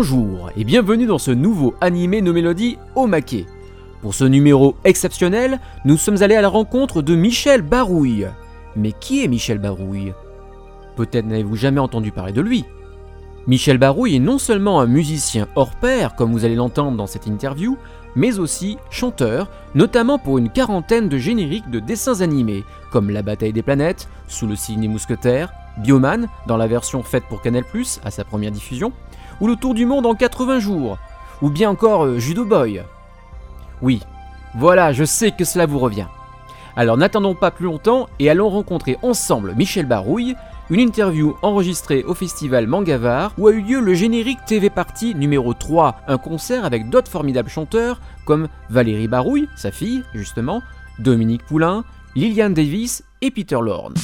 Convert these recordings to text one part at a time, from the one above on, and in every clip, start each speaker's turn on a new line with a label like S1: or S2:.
S1: Bonjour et bienvenue dans ce nouveau animé No Mélodies au maquet. Pour ce numéro exceptionnel, nous sommes allés à la rencontre de Michel Barouille. Mais qui est Michel Barouille ? Peut-être n'avez-vous jamais entendu parler de lui. Michel Barouille est non seulement un musicien hors pair, comme vous allez l'entendre dans cette interview, mais aussi chanteur, notamment pour une quarantaine de génériques de dessins animés, comme La Bataille des Planètes, Sous le signe des Mousquetaires, Bioman, dans la version faite pour Canal+, à sa première diffusion, ou Le Tour du Monde en 80 jours, ou bien encore Judo Boy. Oui, voilà, je sais que cela vous revient. Alors n'attendons pas plus longtemps et allons rencontrer ensemble Michel Barouille, une interview enregistrée au festival Mangavar où a eu lieu le générique TV Party numéro 3, un concert avec d'autres formidables chanteurs comme Valérie Barouille, sa fille justement, Dominique Poulain, Liliane Davis et Peter Lorne.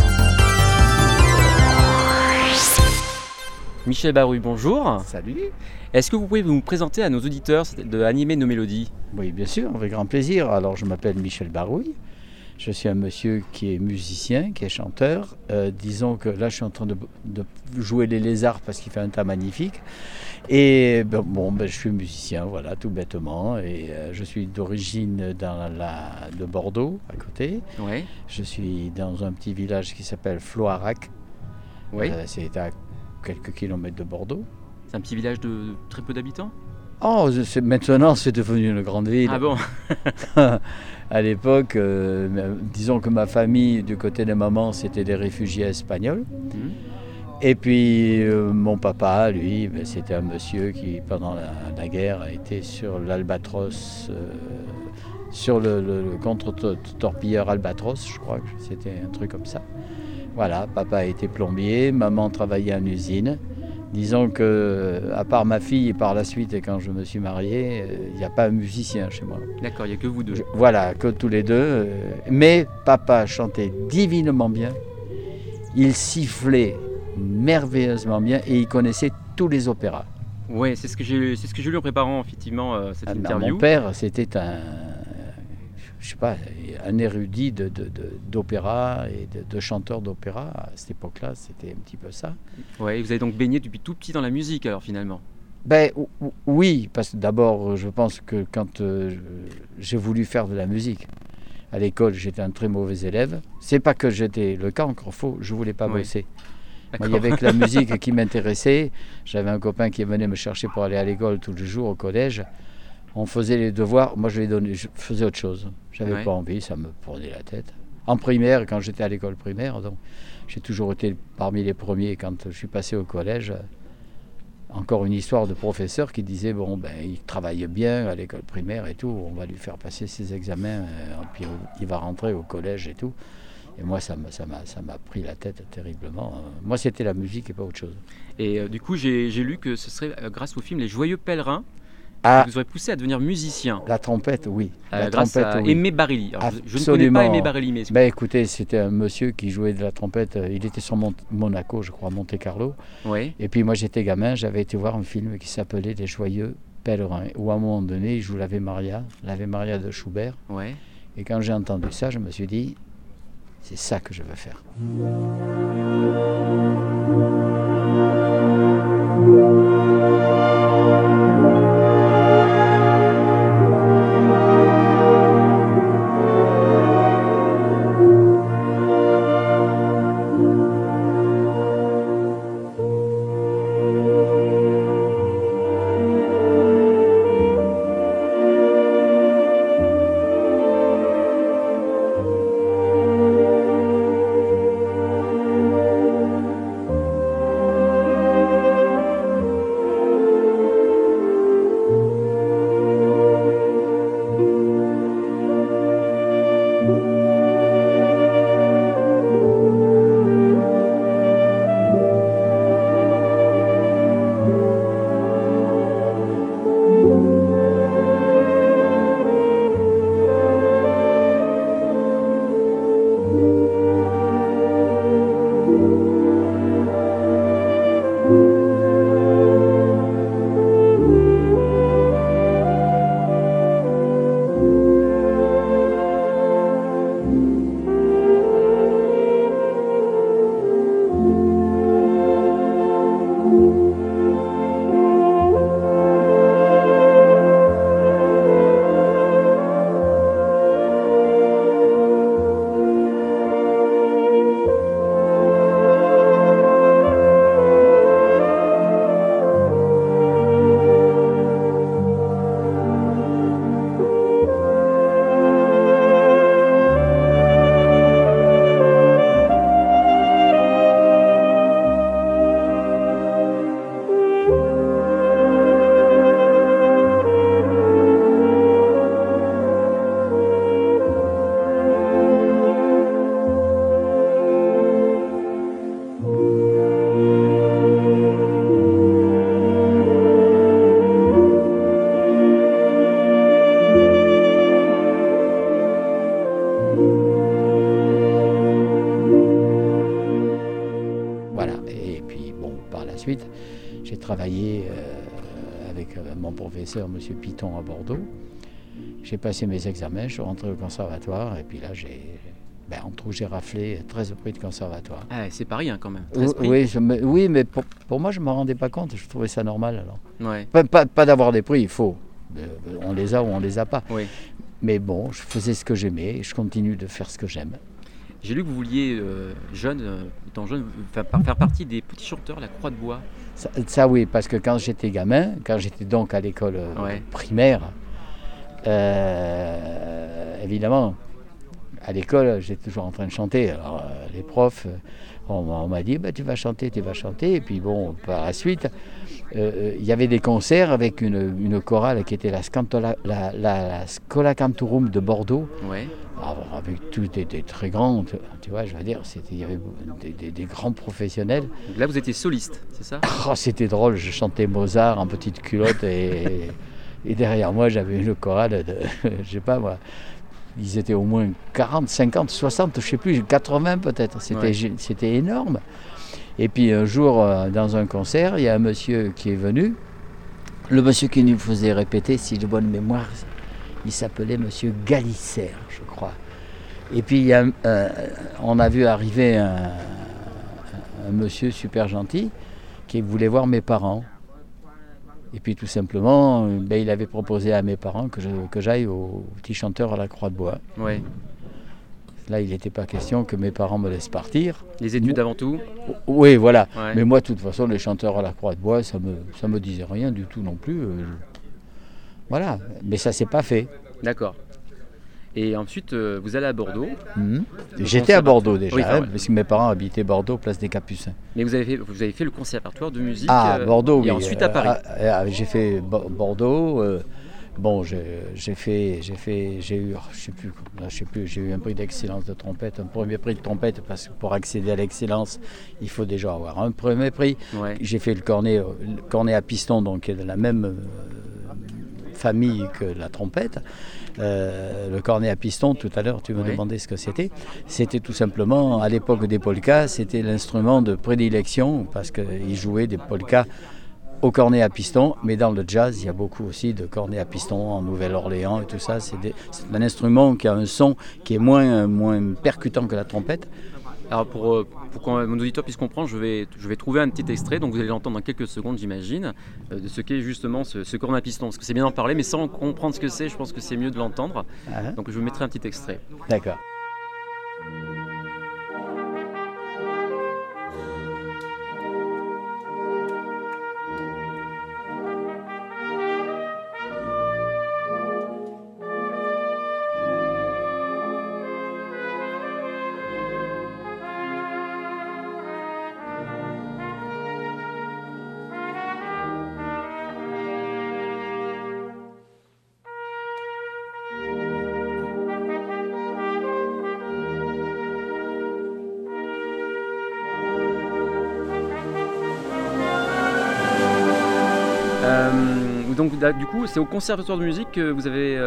S1: Michel Barouille, bonjour.
S2: Salut.
S1: Est-ce que vous pouvez vous présenter à nos auditeurs de Animé No Mélodies ?
S2: Oui, bien sûr, avec grand plaisir. Alors, je m'appelle Michel Barouille. Je suis un monsieur qui est musicien, qui est chanteur. Disons que là, je suis en train de jouer les lézards parce qu'il fait un tas magnifique. Et je suis musicien, voilà, tout bêtement. Et je suis d'origine de Bordeaux, à côté.
S1: Oui.
S2: Je suis dans un petit village qui s'appelle Floirac.
S1: Oui.
S2: C'est à quelques kilomètres de Bordeaux.
S1: C'est un petit village de très peu d'habitants ?
S2: Oh, maintenant, c'est devenu une grande ville.
S1: Ah bon ?
S2: À l'époque, disons que ma famille, du côté de maman, c'était des réfugiés espagnols. Et puis, mon papa, lui, c'était un monsieur qui, pendant la guerre, a été sur l'Albatros, sur le contre-torpilleur Albatros, je crois que c'était un truc comme ça. Voilà, papa était plombier, maman travaillait en usine. Disons que, à part ma fille, par la suite, et quand je me suis marié, il n'y a pas un musicien chez moi.
S1: D'accord, il n'y a que vous deux.
S2: Voilà, que tous les deux. Mais papa chantait divinement bien. Il sifflait merveilleusement bien et il connaissait tous les opéras.
S1: Oui, c'est ce que j'ai lu en préparant effectivement cette interview.
S2: Mon père, c'était un érudit d'opéra et de chanteur d'opéra. À cette époque-là, c'était un petit peu ça.
S1: Oui, vous avez donc baigné depuis tout petit dans la musique alors finalement.
S2: Oui, parce que d'abord, je pense que quand j'ai voulu faire de la musique, à l'école, j'étais un très mauvais élève. C'est pas que j'étais le cancre, je voulais pas bosser. Moi, il y avait que la musique qui m'intéressait. J'avais un copain qui venait me chercher pour aller à l'école tous les jours au collège. On faisait les devoirs, moi je faisais autre chose. J'avais pas envie, ça me prenait la tête. En primaire, quand j'étais à l'école primaire, donc, j'ai toujours été parmi les premiers. Quand je suis passé au collège, encore une histoire de professeur qui disait, il travaille bien à l'école primaire et tout, on va lui faire passer ses examens, puis il va rentrer au collège et tout. Et moi, ça m'a pris la tête terriblement. Moi, c'était la musique et pas autre chose.
S1: Et du coup, j'ai lu que ce serait grâce au film Les Joyeux Pèlerins, vous aurez poussé à devenir musicien.
S2: La trompette, oui.
S1: Grâce à Aimé Barilli. Je ne connais pas Aimé Barilli, mais...
S2: écoutez, c'était un monsieur qui jouait de la trompette. Il était sur Monaco, je crois, Monte Carlo.
S1: Oui.
S2: Et puis moi, j'étais gamin, j'avais été voir un film qui s'appelait Les Joyeux Pèlerins, où à un moment donné, il joue l'Ave Maria de Schubert.
S1: Ouais.
S2: Et quand j'ai entendu ça, je me suis dit, c'est ça que je veux faire. suite, j'ai travaillé avec mon professeur, M. Piton, à Bordeaux. J'ai passé mes examens, je suis rentré au conservatoire et puis là, en tout, j'ai raflé 13 prix de conservatoire.
S1: Ah, c'est pas rien quand même. 13 prix.
S2: Oui, mais pour moi, je ne m'en rendais pas compte, je trouvais ça normal alors.
S1: Ouais.
S2: Pas d'avoir des prix, il faut. On les a ou on les a pas.
S1: Oui. Mais
S2: bon, je faisais ce que j'aimais et je continue de faire ce que j'aime.
S1: J'ai lu que vous vouliez, étant jeune, faire partie des petits chanteurs, la Croix de Bois.
S2: Ça oui, parce que quand j'étais gamin, quand j'étais donc à l'école primaire, évidemment, à l'école, j'étais toujours en train de chanter. Alors, les profs, on m'a dit, tu vas chanter. Et puis bon, par la suite, il y avait des concerts avec une chorale qui était la Schola Cantorum de Bordeaux.
S1: Ouais.
S2: Alors, avec tous des très grands, tu vois, je veux dire, il y avait des grands professionnels.
S1: Donc là, vous étiez soliste, c'est ça ?
S2: C'était drôle, je chantais Mozart en petite culotte et derrière moi, j'avais une chorale de, je sais pas moi, ils étaient au moins 40, 50, 60, je sais plus, 80 peut-être. C'était énorme. Et puis un jour, dans un concert, il y a un monsieur qui est venu. Le monsieur qui nous faisait répéter, si j'ai bonne mémoire, il s'appelait monsieur Galisser, je crois. Et puis on a vu arriver un monsieur super gentil qui voulait voir mes parents. Et puis tout simplement, il avait proposé à mes parents que j'aille au petit chanteur à la Croix de Bois.
S1: Ouais.
S2: Là, il n'était pas question que mes parents me laissent partir.
S1: Les études avant tout ?
S2: Oui, voilà.
S1: Ouais.
S2: Mais moi, de toute façon, les chanteurs à la Croix de Bois, ça me disait rien du tout non plus. Voilà. Mais ça ne s'est pas fait.
S1: D'accord. Et ensuite, vous allez à Bordeaux.
S2: J'étais à Bordeaux déjà,
S1: oui,
S2: parce que mes parents habitaient Bordeaux, place des Capucins.
S1: Mais vous avez fait le conservatoire de musique
S2: Bordeaux,
S1: et ensuite à Paris.
S2: J'ai fait Bordeaux. J'ai eu un prix d'excellence de trompette, un premier prix de trompette, parce que pour accéder à l'excellence, il faut déjà avoir un premier prix.
S1: Ouais.
S2: J'ai fait le cornet à piston, donc qui est de la même famille que la trompette. Le cornet à piston, tout à l'heure, tu me demandais ce que c'était. C'était tout simplement, à l'époque des polkas, c'était l'instrument de prédilection, parce qu'ils jouaient des polkas au cornet à piston, mais dans le jazz, il y a beaucoup aussi de cornets à piston en Nouvelle-Orléans et tout ça. C'est un instrument qui a un son qui est moins percutant que la trompette.
S1: Alors pour que mon auditeur puisse comprendre, je vais trouver un petit extrait, donc vous allez l'entendre dans quelques secondes, j'imagine, de ce qu'est justement ce cornet à piston. Parce que c'est bien d'en parler, mais sans comprendre ce que c'est, je pense que c'est mieux de l'entendre. Donc je vous mettrai un petit extrait.
S2: D'accord.
S1: Donc du coup, c'est au conservatoire de musique que vous avez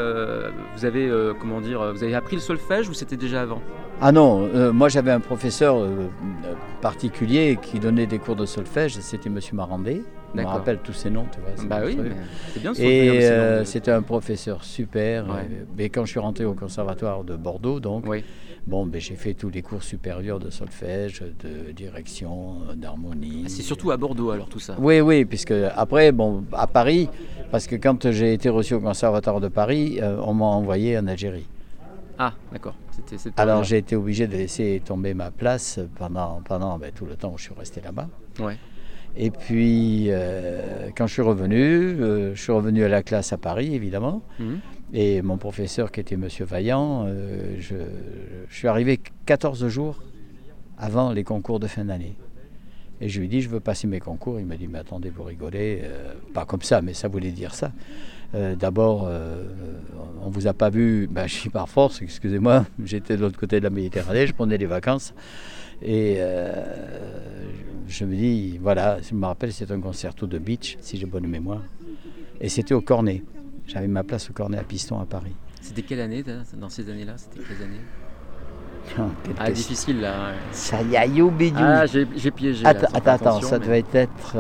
S1: appris le solfège ou c'était déjà avant ?
S2: Ah non, moi j'avais un professeur particulier qui donnait des cours de solfège, c'était monsieur Marandé. Je me rappelle tous ses noms, tu vois.
S1: Bah oui, c'est bien.
S2: Et c'était un professeur super. Mais quand je suis rentré au conservatoire de Bordeaux, donc, j'ai fait tous les cours supérieurs de solfège, de direction, d'harmonie.
S1: Ah, c'est surtout à Bordeaux alors tout ça.
S2: Oui, puisque après, à Paris, parce que quand j'ai été reçu au conservatoire de Paris, on m'a envoyé en Algérie.
S1: Ah, d'accord.
S2: Alors j'ai été obligé de laisser tomber ma place pendant tout le temps où je suis resté là-bas.
S1: Ouais.
S2: Et puis, quand je suis revenu à la classe à Paris, évidemment. Et mon professeur, qui était M. Vaillant, je suis arrivé 14 jours avant les concours de fin d'année. Et je lui ai dit, je veux passer mes concours. Il m'a dit, mais attendez, vous rigolez. Pas comme ça, mais ça voulait dire ça. D'abord, on ne vous a pas vu. Je suis par force, excusez-moi. J'étais de l'autre côté de la Méditerranée, je prenais des vacances. Et je me dis, voilà, je me rappelle, c'est un concerto de Beach, si j'ai bonne mémoire. Et c'était au cornet. J'avais ma place au cornet à piston à Paris.
S1: C'était quelle année, dans ces années-là ? C'était quelles années ? Ah, difficile là. Ouais.
S2: Ça y a youbidou.
S1: Ah, j'ai piégé.
S2: Attends, ça devait être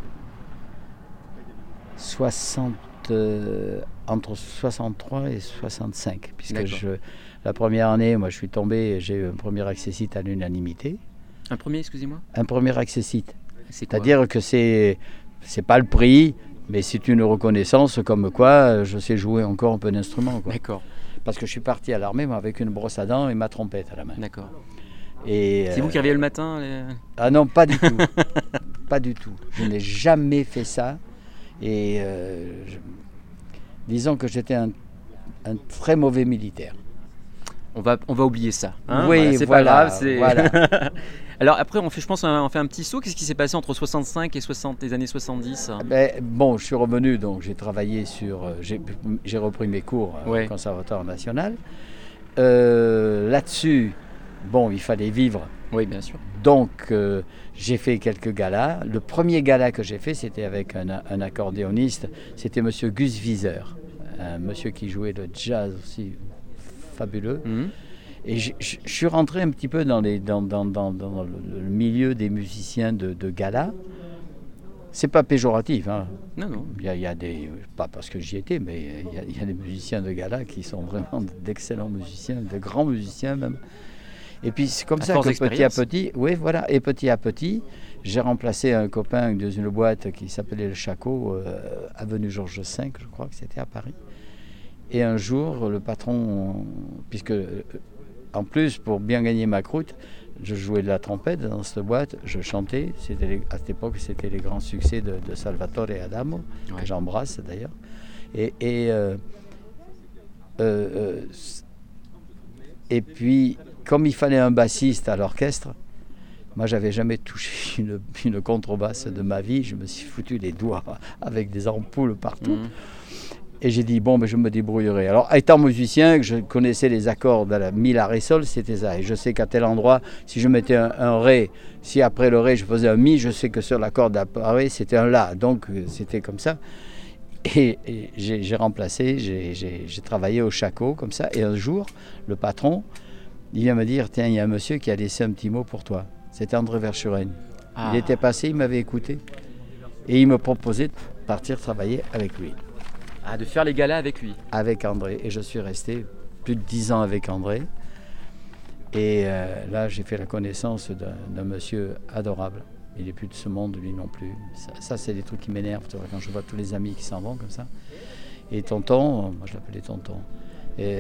S2: 60, entre 63 et 65. Puisque la première année, moi je suis tombé et j'ai eu un premier accessite à l'unanimité.
S1: Un premier, excusez-moi?
S2: Un premier accessite.
S1: C'est-à-dire
S2: que c'est pas le prix, mais c'est une reconnaissance comme quoi je sais jouer encore un peu d'instrument.
S1: D'accord.
S2: Parce que je suis parti à l'armée moi, avec une brosse à dents et ma trompette à la main.
S1: D'accord.
S2: Et
S1: c'est vous qui arriviez le matin
S2: Ah non, pas du tout. Pas du tout. Je n'ai jamais fait ça. Et disons que j'étais un très mauvais militaire.
S1: On va oublier ça.
S2: Hein, oui,
S1: c'est
S2: voilà,
S1: pas grave. Voilà. Alors après, on fait un petit saut. Qu'est-ce qui s'est passé entre 65 et les années 70 ?
S2: Bon, je suis revenu, donc j'ai travaillé j'ai repris mes cours au Conservatoire national. Là-dessus, bon, il fallait vivre.
S1: Oui, bien sûr.
S2: Donc, j'ai fait quelques galas. Le premier gala que j'ai fait, c'était avec un accordéoniste. C'était monsieur Gus Wieser, un monsieur qui jouait le jazz aussi fabuleux. Mmh. Et je suis rentré un petit peu dans le milieu des musiciens de gala. C'est pas péjoratif. Hein.
S1: Non.
S2: Il y a des, pas parce que j'y étais, mais il y a des musiciens de gala qui sont vraiment d'excellents musiciens, de grands musiciens même. Et puis c'est comme ça que petit à petit, et petit à petit, j'ai remplacé un copain dans une boîte qui s'appelait le Chaco, avenue Georges V, je crois que c'était à Paris. Et un jour, le patron, puisque en plus, pour bien gagner ma croûte, je jouais de la trompette dans cette boîte, je chantais. À cette époque, c'était les grands succès de Salvatore Adamo, que j'embrasse d'ailleurs. Et puis, comme il fallait un bassiste à l'orchestre, moi, j'avais jamais touché une contrebasse de ma vie. Je me suis foutu les doigts avec des ampoules partout. Et j'ai dit, bon, je me débrouillerai. Alors, étant musicien, je connaissais les accords de la mi, la, ré, sol, c'était ça. Et je sais qu'à tel endroit, si je mettais un ré, si après le ré, je faisais un mi, je sais que sur l'accord d'après, c'était un la. Donc, c'était comme ça. Et j'ai remplacé, j'ai travaillé au Chaco, comme ça. Et un jour, le patron, il vient me dire, tiens, il y a un monsieur qui a laissé un petit mot pour toi. C'était André Verschuren. Il était passé, il m'avait écouté. Et il me proposait de partir travailler avec lui.
S1: Ah, de faire les galas avec lui.
S2: Avec André. Et je suis resté plus de 10 ans avec André. Et là, j'ai fait la connaissance d'un monsieur adorable. Il n'est plus de ce monde, lui non plus. Ça c'est des trucs qui m'énervent, quand je vois tous les amis qui s'en vont comme ça. Et tonton, moi je l'appelais tonton. Et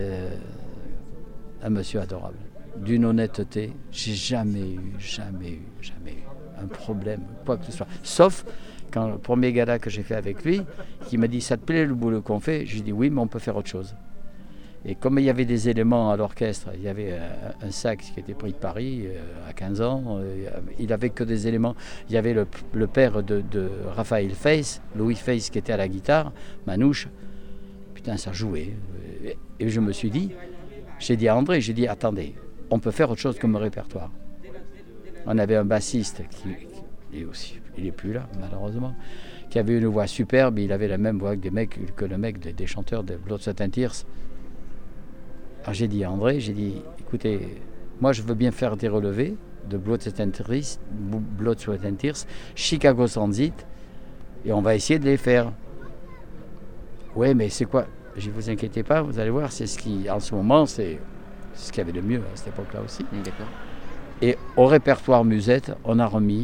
S2: un monsieur adorable. D'une honnêteté, j'ai jamais eu un problème, quoi que ce soit. Sauf quand le premier gala que j'ai fait avec lui, qui m'a dit, ça te plaît le boulot qu'on fait? J'ai dit oui, mais on peut faire autre chose. Et comme il y avait des éléments à l'orchestre, il y avait un sax qui était pris de Paris à 15 ans, il n'avait que des éléments. Il y avait le père de Raphaël Face, Louis Face qui était à la guitare, Manouche. Putain, ça jouait. Et je me suis dit, j'ai dit à André, attendez, on peut faire autre chose comme répertoire. On avait un bassiste il n'est plus là, malheureusement, qui avait une voix superbe, il avait la même voix que le mec des chanteurs de Blood, Sweat and Tears. Alors j'ai dit à André, écoutez, moi je veux bien faire des relevés de Blood, Sweat and Tears, Chicago Transit, et on va essayer de les faire. Oui, mais c'est quoi? Je ne vous inquiétez pas, vous allez voir, c'est ce qui, en ce moment, c'est ce qu'il y avait de mieux à cette époque-là aussi.
S1: D'accord.
S2: Et au répertoire musette, on a remis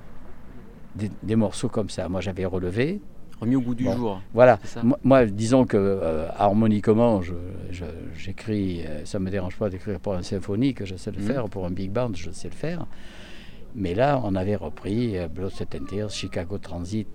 S2: des morceaux comme ça. Moi, j'avais relevé.
S1: Remis au goût du jour.
S2: Voilà. Moi, disons que harmoniquement, j'écris, ça ne me dérange pas d'écrire pour un symphonique, je sais le faire, pour un big band, je sais le faire. Mais là, on avait repris Blood, Sweat and Tears, Chicago Transit,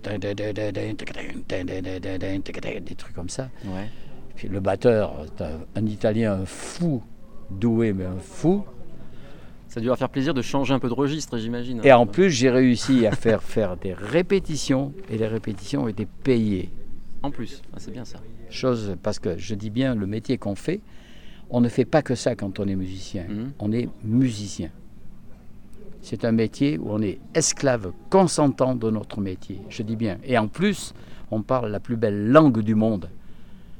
S2: des trucs comme ça.
S1: Ouais.
S2: Puis le batteur, un Italien, un fou, doué, mais un fou.
S1: Ça a dû leur faire plaisir de changer un peu de registre, j'imagine.
S2: Et en plus, j'ai réussi à faire des répétitions, et les répétitions ont été payées.
S1: En plus, c'est bien ça.
S2: Chose, parce que je dis bien, le métier qu'on fait, on ne fait pas que ça quand on est musicien. On est musicien. C'est un métier où on est esclave consentant de notre métier, je dis bien. Et en plus, on parle la plus belle langue du monde.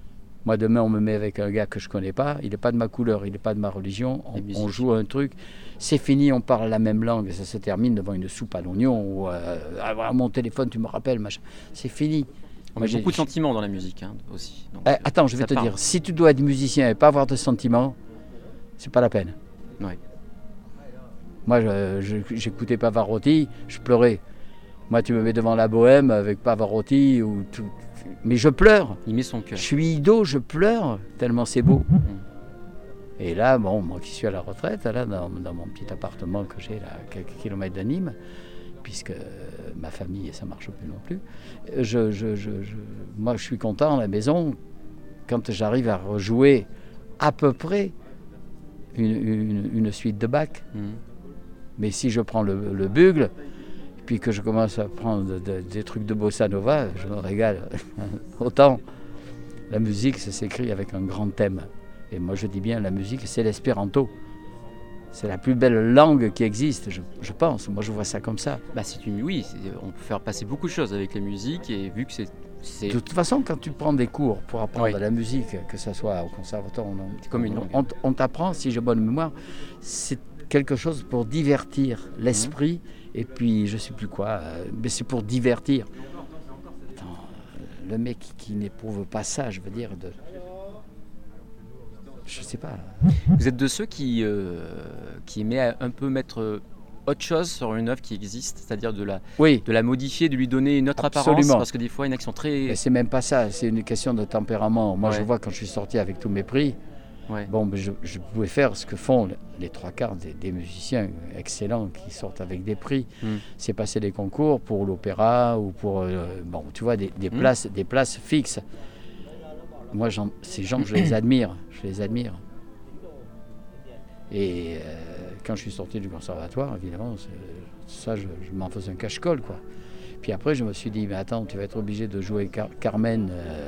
S2: Moi, demain, on me met avec un gars que je ne connais pas. Il n'est pas de ma couleur, il n'est pas de ma religion. On joue un truc. C'est fini, on parle la même langue. Et ça se termine devant une soupe à l'oignon. Ou mon téléphone, tu me rappelles, machin. C'est fini.
S1: On met beaucoup de sentiments dans la musique aussi. Donc,
S2: attends, je vais te dire. Si tu dois être musicien et pas avoir de sentiments, c'est pas la peine.
S1: Ouais.
S2: Moi, j'écoutais Pavarotti, je pleurais. Moi, tu me mets devant la bohème avec Pavarotti ou tout. Mais je pleure.
S1: Il met son cœur.
S2: Je suis ido, je pleure, tellement c'est beau. Et là, bon, moi qui suis à la retraite, là, dans mon petit appartement que j'ai là, à quelques kilomètres de Nîmes, puisque ma famille, ça ne marche plus non plus, moi je suis content à la maison quand j'arrive à rejouer à peu près une suite de Bach. Mais si je prends le bugle, puis que je commence à prendre des trucs de bossa nova, je me régale. Autant la musique, ça s'écrit avec un grand thème. Et moi je dis bien, la musique, c'est l'espéranto. C'est la plus belle langue qui existe, je pense. Moi je vois ça comme ça.
S1: Bah oui, on peut faire passer beaucoup de choses avec la musique, et vu que c'est...
S2: De toute façon, quand tu prends des cours pour apprendre la musique, que ce soit au conservatoire, on t'apprend, si j'ai bonne mémoire, c'est quelque chose pour divertir l'esprit. Et puis, je ne sais plus quoi, mais c'est pour divertir. Attends, le mec qui n'éprouve pas ça, je veux dire, je ne sais pas.
S1: Vous êtes de ceux qui aimaient un peu mettre autre chose sur une œuvre qui existe, c'est-à-dire de la modifier, de lui donner une autre apparence, parce que des fois, il y en a qui sont très...
S2: Mais c'est même pas ça, c'est une question de tempérament. Moi, je vois quand je suis sorti avec tous mes prix, bon, je pouvais faire ce que font les trois quarts des musiciens excellents qui sortent avec des prix. C'est passer des concours pour l'opéra ou pour, tu vois, des places fixes. Moi, ces gens, je les admire. Et quand je suis sorti du conservatoire, évidemment, ça, je m'en faisais un cache-colle, quoi. Puis après, je me suis dit, mais attends, tu vas être obligé de jouer Carmen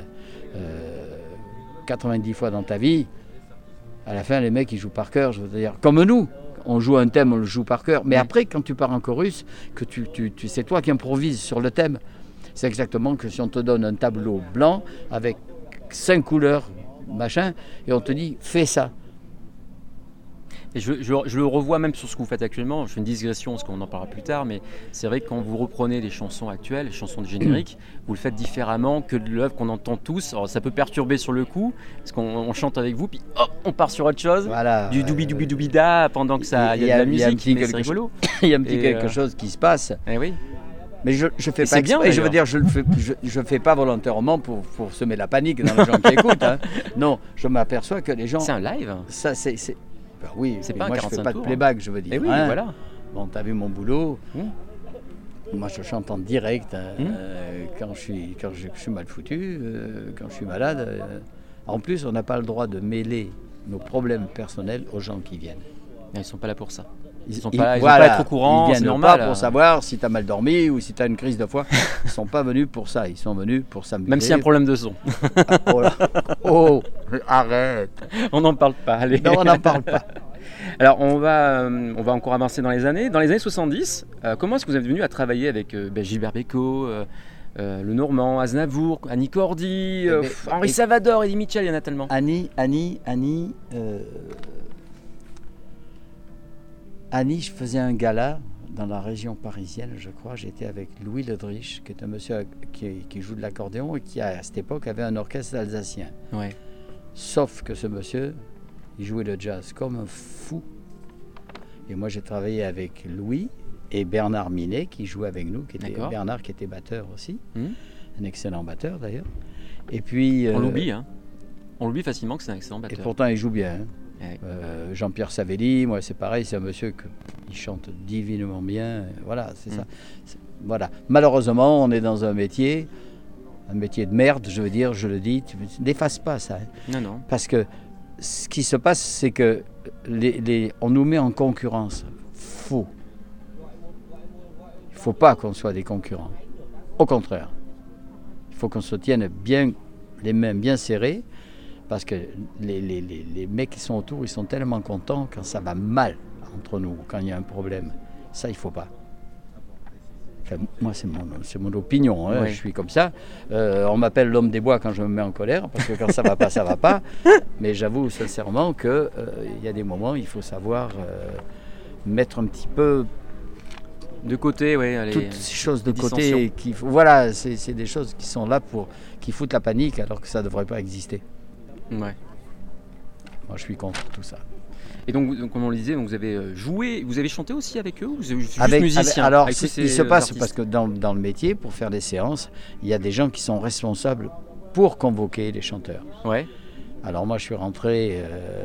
S2: 90 fois dans ta vie. À la fin, les mecs, ils jouent par cœur, je veux dire, comme nous. On joue un thème, on le joue par cœur. Mais après, quand tu pars en chorus, que c'est toi qui improvises sur le thème. C'est exactement que si on te donne un tableau blanc avec 5 couleurs, machin, et on te dit, fais ça.
S1: Et je le revois même sur ce que vous faites actuellement. Je fais une digression parce qu'on en parlera plus tard, mais c'est vrai que quand vous reprenez les chansons actuelles, les chansons de générique, vous le faites différemment que de l'œuvre qu'on entend tous. Alors ça peut perturber sur le coup, parce qu'on chante avec vous, puis hop, on part sur autre chose, du doubi-doubi-doubi-da pendant que ça, il y a de la musique, mais c'est rigolo.
S2: Il y a un petit quelque chose qui se passe.
S1: Eh oui.
S2: Mais je fais pas exprès, je veux dire, je fais pas volontairement pour semer la panique dans les gens qui écoutent. Hein. Non, je m'aperçois que les gens...
S1: C'est un live.
S2: Ça, c'est... Ben oui,
S1: c'est pas
S2: moi je fais pas de playback, je veux dire.
S1: Et oui, voilà.
S2: Bon, t'as vu mon boulot. Moi, je chante en direct quand je suis mal foutu, quand je suis malade. En plus, on n'a pas le droit de mêler nos problèmes personnels aux gens qui viennent.
S1: Ils ne sont pas là pour ça. Ils ne sont pas à être au courant,
S2: c'est normal. Pas pour savoir si tu as mal dormi ou si tu as une crise de foie. Ils ne sont pas venus pour ça. Ils sont venus pour s'amuser.
S1: Même s'il y a un problème de son.
S2: Oh, arrête.
S1: On n'en parle pas. Allez.
S2: Non, on n'en parle pas.
S1: Alors, on va encore avancer dans les années. Dans les années 70, comment est-ce que vous êtes venu à travailler avec Gilbert Bécaud, Le Normand, Aznavour, Annie Cordy, Henri Salvador, Eddie Mitchell, il y en a tellement.
S2: Annie, je faisais un gala dans la région parisienne, je crois. J'étais avec Louis Ledrich, qui est un monsieur qui joue de l'accordéon et qui, à cette époque, avait un orchestre alsacien.
S1: Ouais.
S2: Sauf que ce monsieur, il jouait le jazz comme un fou. Et moi, j'ai travaillé avec Louis et Bernard Minet, qui jouait avec nous, Bernard qui était batteur aussi, un excellent batteur d'ailleurs. Et puis...
S1: On l'oublie, hein. On l'oublie facilement que c'est un excellent batteur.
S2: Et pourtant, il joue bien, hein.
S1: Ouais.
S2: Jean-Pierre Savelli, moi c'est pareil, c'est un monsieur qui chante divinement bien. Voilà, c'est ça. Voilà. Malheureusement, on est dans un métier de merde, je veux dire, je le dis. Tu n'effaces pas ça. Hein.
S1: Non.
S2: Parce que ce qui se passe, c'est que on nous met en concurrence. Faux. Il ne faut pas qu'on soit des concurrents. Au contraire, il faut qu'on se tienne bien les mains bien serrées. Parce que les mecs qui sont autour, ils sont tellement contents quand ça va mal entre nous, quand il y a un problème. Ça, il ne faut pas. Enfin, moi, c'est mon opinion, hein,
S1: Ouais.
S2: je suis comme ça. On m'appelle l'homme des bois quand je me mets en colère, parce que quand ça va pas, ça va pas. Mais j'avoue sincèrement qu'il y a des moments, il faut savoir mettre un petit peu
S1: De côté, ouais. Allez,
S2: toutes ces choses de
S1: les
S2: côté. Voilà, c'est des choses qui sont là qui foutent la panique, alors que ça ne devrait pas exister.
S1: Ouais.
S2: Moi, je suis contre tout ça.
S1: Et donc, comme on le disait, donc vous avez joué, vous avez chanté aussi avec eux ou vous êtes juste
S2: Avec-
S1: musicien
S2: alors,
S1: avec tous
S2: il
S1: ces
S2: se passe
S1: artistes
S2: parce que dans le métier, pour faire des séances, il y a des gens qui sont responsables pour convoquer les chanteurs.
S1: Ouais.
S2: Alors moi, je suis rentré,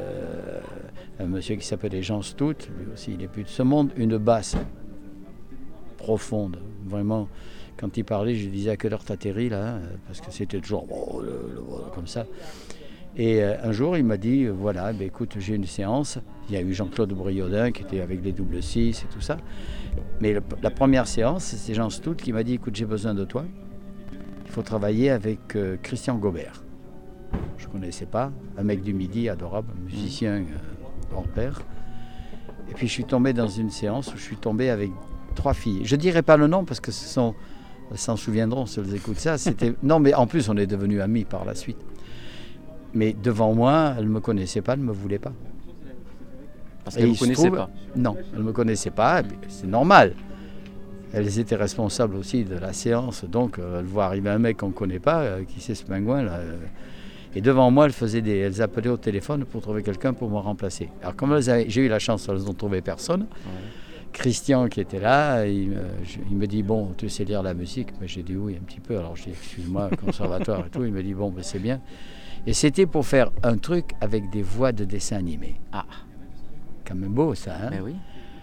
S2: un monsieur qui s'appelait Jean Stout, lui aussi, il est plus de ce monde, une basse profonde, vraiment. Quand il parlait, je lui disais à quelle heure t'atterris là, parce que c'était toujours comme ça. Et un jour, il m'a dit, voilà, ben, écoute, j'ai une séance. Il y a eu Jean-Claude Briodin qui était avec les double six et tout ça. Mais la première séance, c'est Jean Stout qui m'a dit, écoute, j'ai besoin de toi. Il faut travailler avec Christian Gobert. Je ne connaissais pas, un mec du Midi, adorable, un musicien hors pair. Et puis je suis tombé dans une séance où je suis tombé avec 3 filles. Je ne dirai pas le nom parce que elles s'en souviendront si elles écoutent ça. Non, mais en plus, on est devenus amis par la suite. Mais devant moi, elles ne me connaissaient pas, elles ne me voulaient pas.
S1: Parce
S2: Et
S1: qu'elle ne
S2: il
S1: vous
S2: se
S1: connaissait
S2: trouve-
S1: pas.
S2: Non, elles ne me connaissaient pas, et puis c'est normal. Elles étaient responsables aussi de la séance, donc elles voient arriver un mec qu'on ne connaît pas, qui c'est ce pingouin là. Et devant moi, elles appelaient au téléphone pour trouver quelqu'un pour me remplacer. Alors comme j'ai eu la chance, elles n'ont trouvé personne. Christian qui était là, il me dit, bon, tu sais lire la musique? Mais j'ai dit oui, un petit peu. Alors je dis, excuse-moi, conservatoire et tout. Il me dit, bon, ben, c'est bien. Et c'était pour faire un truc avec des voix de dessin animé.
S1: Ah,
S2: Quand même beau ça, hein?
S1: mais oui.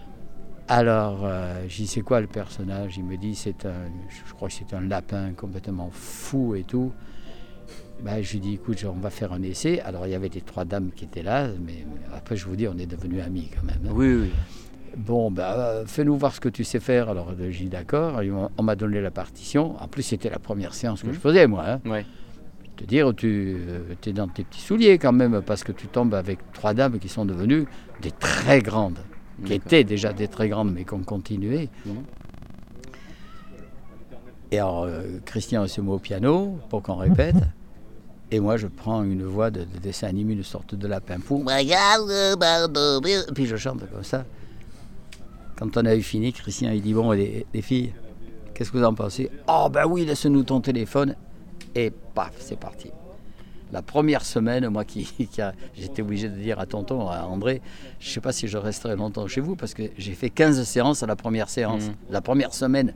S2: Alors, j'ai dit, c'est quoi le personnage? Il me dit, je crois que c'est un lapin complètement fou et tout. Ben, je lui dis, écoute, on va faire un essai. Alors, il y avait les 3 dames qui étaient là, mais après, je vous dis, on est devenus amis quand même, hein.
S1: Oui, oui.
S2: Bon, fais-nous voir ce que tu sais faire. Alors, j'ai dit, d'accord. On m'a donné la partition. En plus, c'était la première séance que je faisais, moi, hein.
S1: Ouais.
S2: Te dire, tu es dans tes petits souliers quand même, parce que tu tombes avec 3 dames qui sont devenues des très grandes, qui étaient déjà des très grandes, mais qui ont continué. Et alors, Christian se met au piano pour qu'on répète. Et moi, je prends une voix de dessin animé, une sorte de lapin fou. Et puis je chante comme ça. Quand on a eu fini, Christian, il dit, bon, les filles, qu'est-ce que vous en pensez? Oh, ben oui, laisse-nous ton téléphone. Et paf, c'est parti. La première semaine, moi j'étais obligé de dire à tonton, à André, je ne sais pas si je resterai longtemps chez vous, parce que j'ai fait 15 séances à la première séance. La première semaine,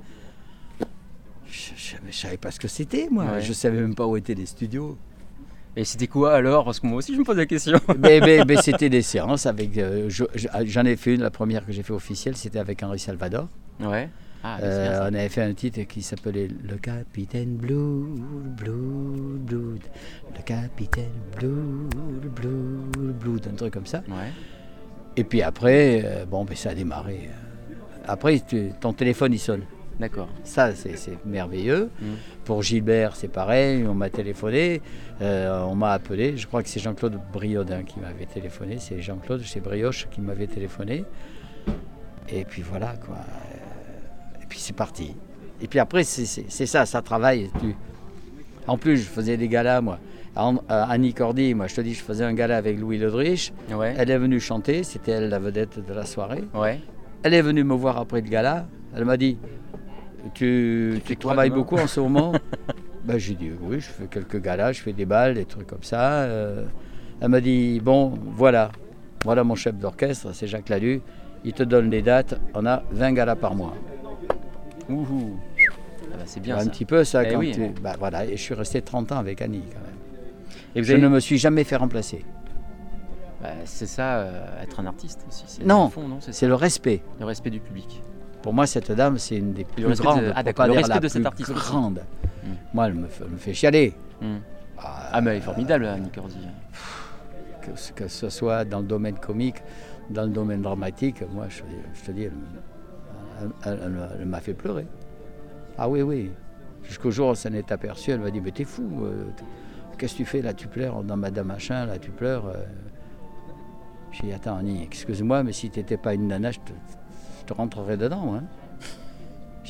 S2: je ne savais pas ce que c'était, moi.
S1: Ouais.
S2: Je ne savais même pas où étaient les studios.
S1: Et c'était quoi alors? Parce que moi aussi, je me pose la question.
S2: mais c'était des séances avec... j'en ai fait une, la première que j'ai fait officielle, c'était avec Henri Salvador.
S1: Ouais. Ah, mais c'est bien, ça.
S2: On avait fait un titre qui s'appelait Le Capitaine Blue, Blue, Blue, Le Capitaine Blue, Blue, Blue, un truc comme ça.
S1: Ouais.
S2: Et puis après, ça a démarré. Après, ton téléphone, il sonne.
S1: D'accord.
S2: Ça, c'est merveilleux. Pour Gilbert, c'est pareil. On m'a téléphoné, on m'a appelé. Je crois que c'est Jean-Claude Briodin qui m'avait téléphoné. C'est Jean-Claude chez Brioche qui m'avait téléphoné. Et puis voilà, quoi. Et puis c'est parti. Et puis après, c'est ça travaille. En plus, je faisais des galas, moi. Annie Cordy, moi, je te dis, je faisais un gala avec Louis Ledrich.
S1: Ouais.
S2: Elle est venue chanter, c'était elle la vedette de la soirée.
S1: Ouais.
S2: Elle est venue me voir après le gala. Elle m'a dit, tu travailles beaucoup en ce moment? J'ai dit, oui, je fais quelques galas, je fais des balles, des trucs comme ça. Elle m'a dit, bon, voilà mon chef d'orchestre, c'est Jacques Lalu. Il te donne les dates, on a 20 galas par mois.
S1: Ouhou. Ah bah, c'est bien
S2: Un
S1: ça.
S2: petit peu ça,
S1: Eh
S2: quand
S1: oui.
S2: voilà, et je suis resté 30 ans avec Annie quand même.
S1: Et vous
S2: Je
S1: avez-
S2: ne me suis jamais fait remplacer.
S1: Bah, c'est ça, être un artiste aussi. C'est
S2: Non,
S1: au fond, non,
S2: c'est le respect.
S1: le respect du public.
S2: Pour moi, cette dame, c'est une des plus
S1: respect
S2: grandes.
S1: de- ah,
S2: pour
S1: d'accord,
S2: pas
S1: le
S2: dire
S1: respect
S2: la
S1: de cet
S2: plus
S1: artiste aussi.
S2: grande. Moi, elle me fait chialer.
S1: Ah, mais elle est formidable, Annie Cordy.
S2: Que ce soit dans le domaine comique, dans le domaine dramatique, moi, je te dis, elle m'a fait pleurer. Ah oui. Jusqu'au jour où elle s'en est aperçue, elle m'a dit, mais t'es fou, qu'est-ce que tu fais là? Tu pleures dans Madame Machin, là, tu pleures. J'ai dit, attends, Annie, excuse-moi, mais si t'étais pas une nana, je te rentrerais dedans. Hein.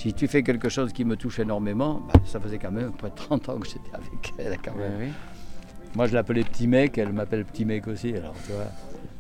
S2: Si tu fais quelque chose qui me touche énormément, ça faisait quand même près de 30 ans que j'étais avec elle. Quand même.
S1: Oui.
S2: Moi, je l'appelais Petit Mec, elle m'appelle Petit Mec aussi, alors tu vois.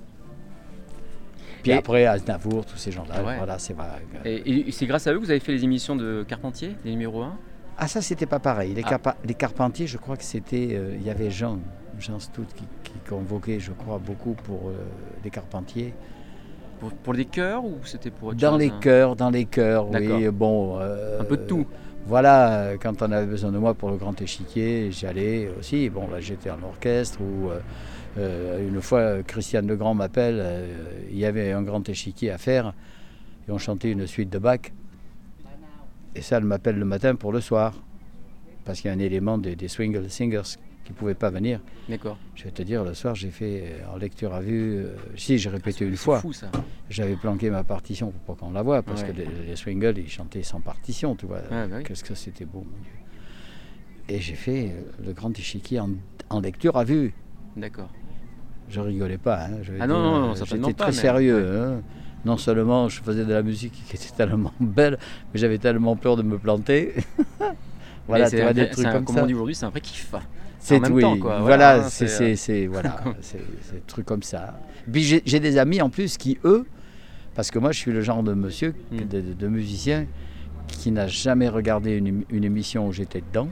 S2: Puis après, Aznavour, tous ces gens-là, voilà, c'est vrai.
S1: Et c'est grâce à eux que vous avez fait les émissions de Carpentier, les numéros 1 ?
S2: Ah, ça, c'était pas pareil. Les Carpentiers, je crois que c'était... Il y avait Jean Stout qui convoquait, je crois, beaucoup pour les Carpentiers.
S1: Pour les chœurs ou c'était pour autre
S2: dans
S1: chose,
S2: Dans les chœurs, oui. Bon,
S1: un peu de tout.
S2: Voilà, quand on avait besoin de moi pour le Grand Échiquier, j'y allais aussi. Bon, là, j'étais en orchestre ou... une fois, Christiane Legrand m'appelle, il y avait un grand échiquier à faire et on chantait une suite de Bach. Et ça, elle m'appelle le matin pour le soir, parce qu'il y a un élément des Swingle Singers qui ne pouvaient pas venir.
S1: D'accord.
S2: Je vais te dire, le soir, j'ai fait en lecture à vue, si j'ai répété une fois.
S1: C'est fou ça.
S2: J'avais planqué ma partition pour pas qu'on la voie, parce que les Swingles, ils chantaient sans partition, tu vois. Qu'est-ce que c'était beau, mon Dieu. Et j'ai fait le grand échiquier en lecture à vue.
S1: D'accord.
S2: Je rigolais pas.
S1: Non, certainement pas.
S2: J'étais très sérieux. Hein. Non seulement je faisais de la musique qui était tellement belle, mais j'avais tellement peur de me planter.
S1: Voilà, tu vois, des trucs comme ça. Comme on dit aujourd'hui, c'est un vrai kiff.
S2: C'est en même temps, quoi. Voilà, c'est des trucs comme ça. Puis j'ai des amis en plus qui, eux, parce que moi je suis le genre de monsieur, de musicien, qui n'a jamais regardé une émission où j'étais dedans,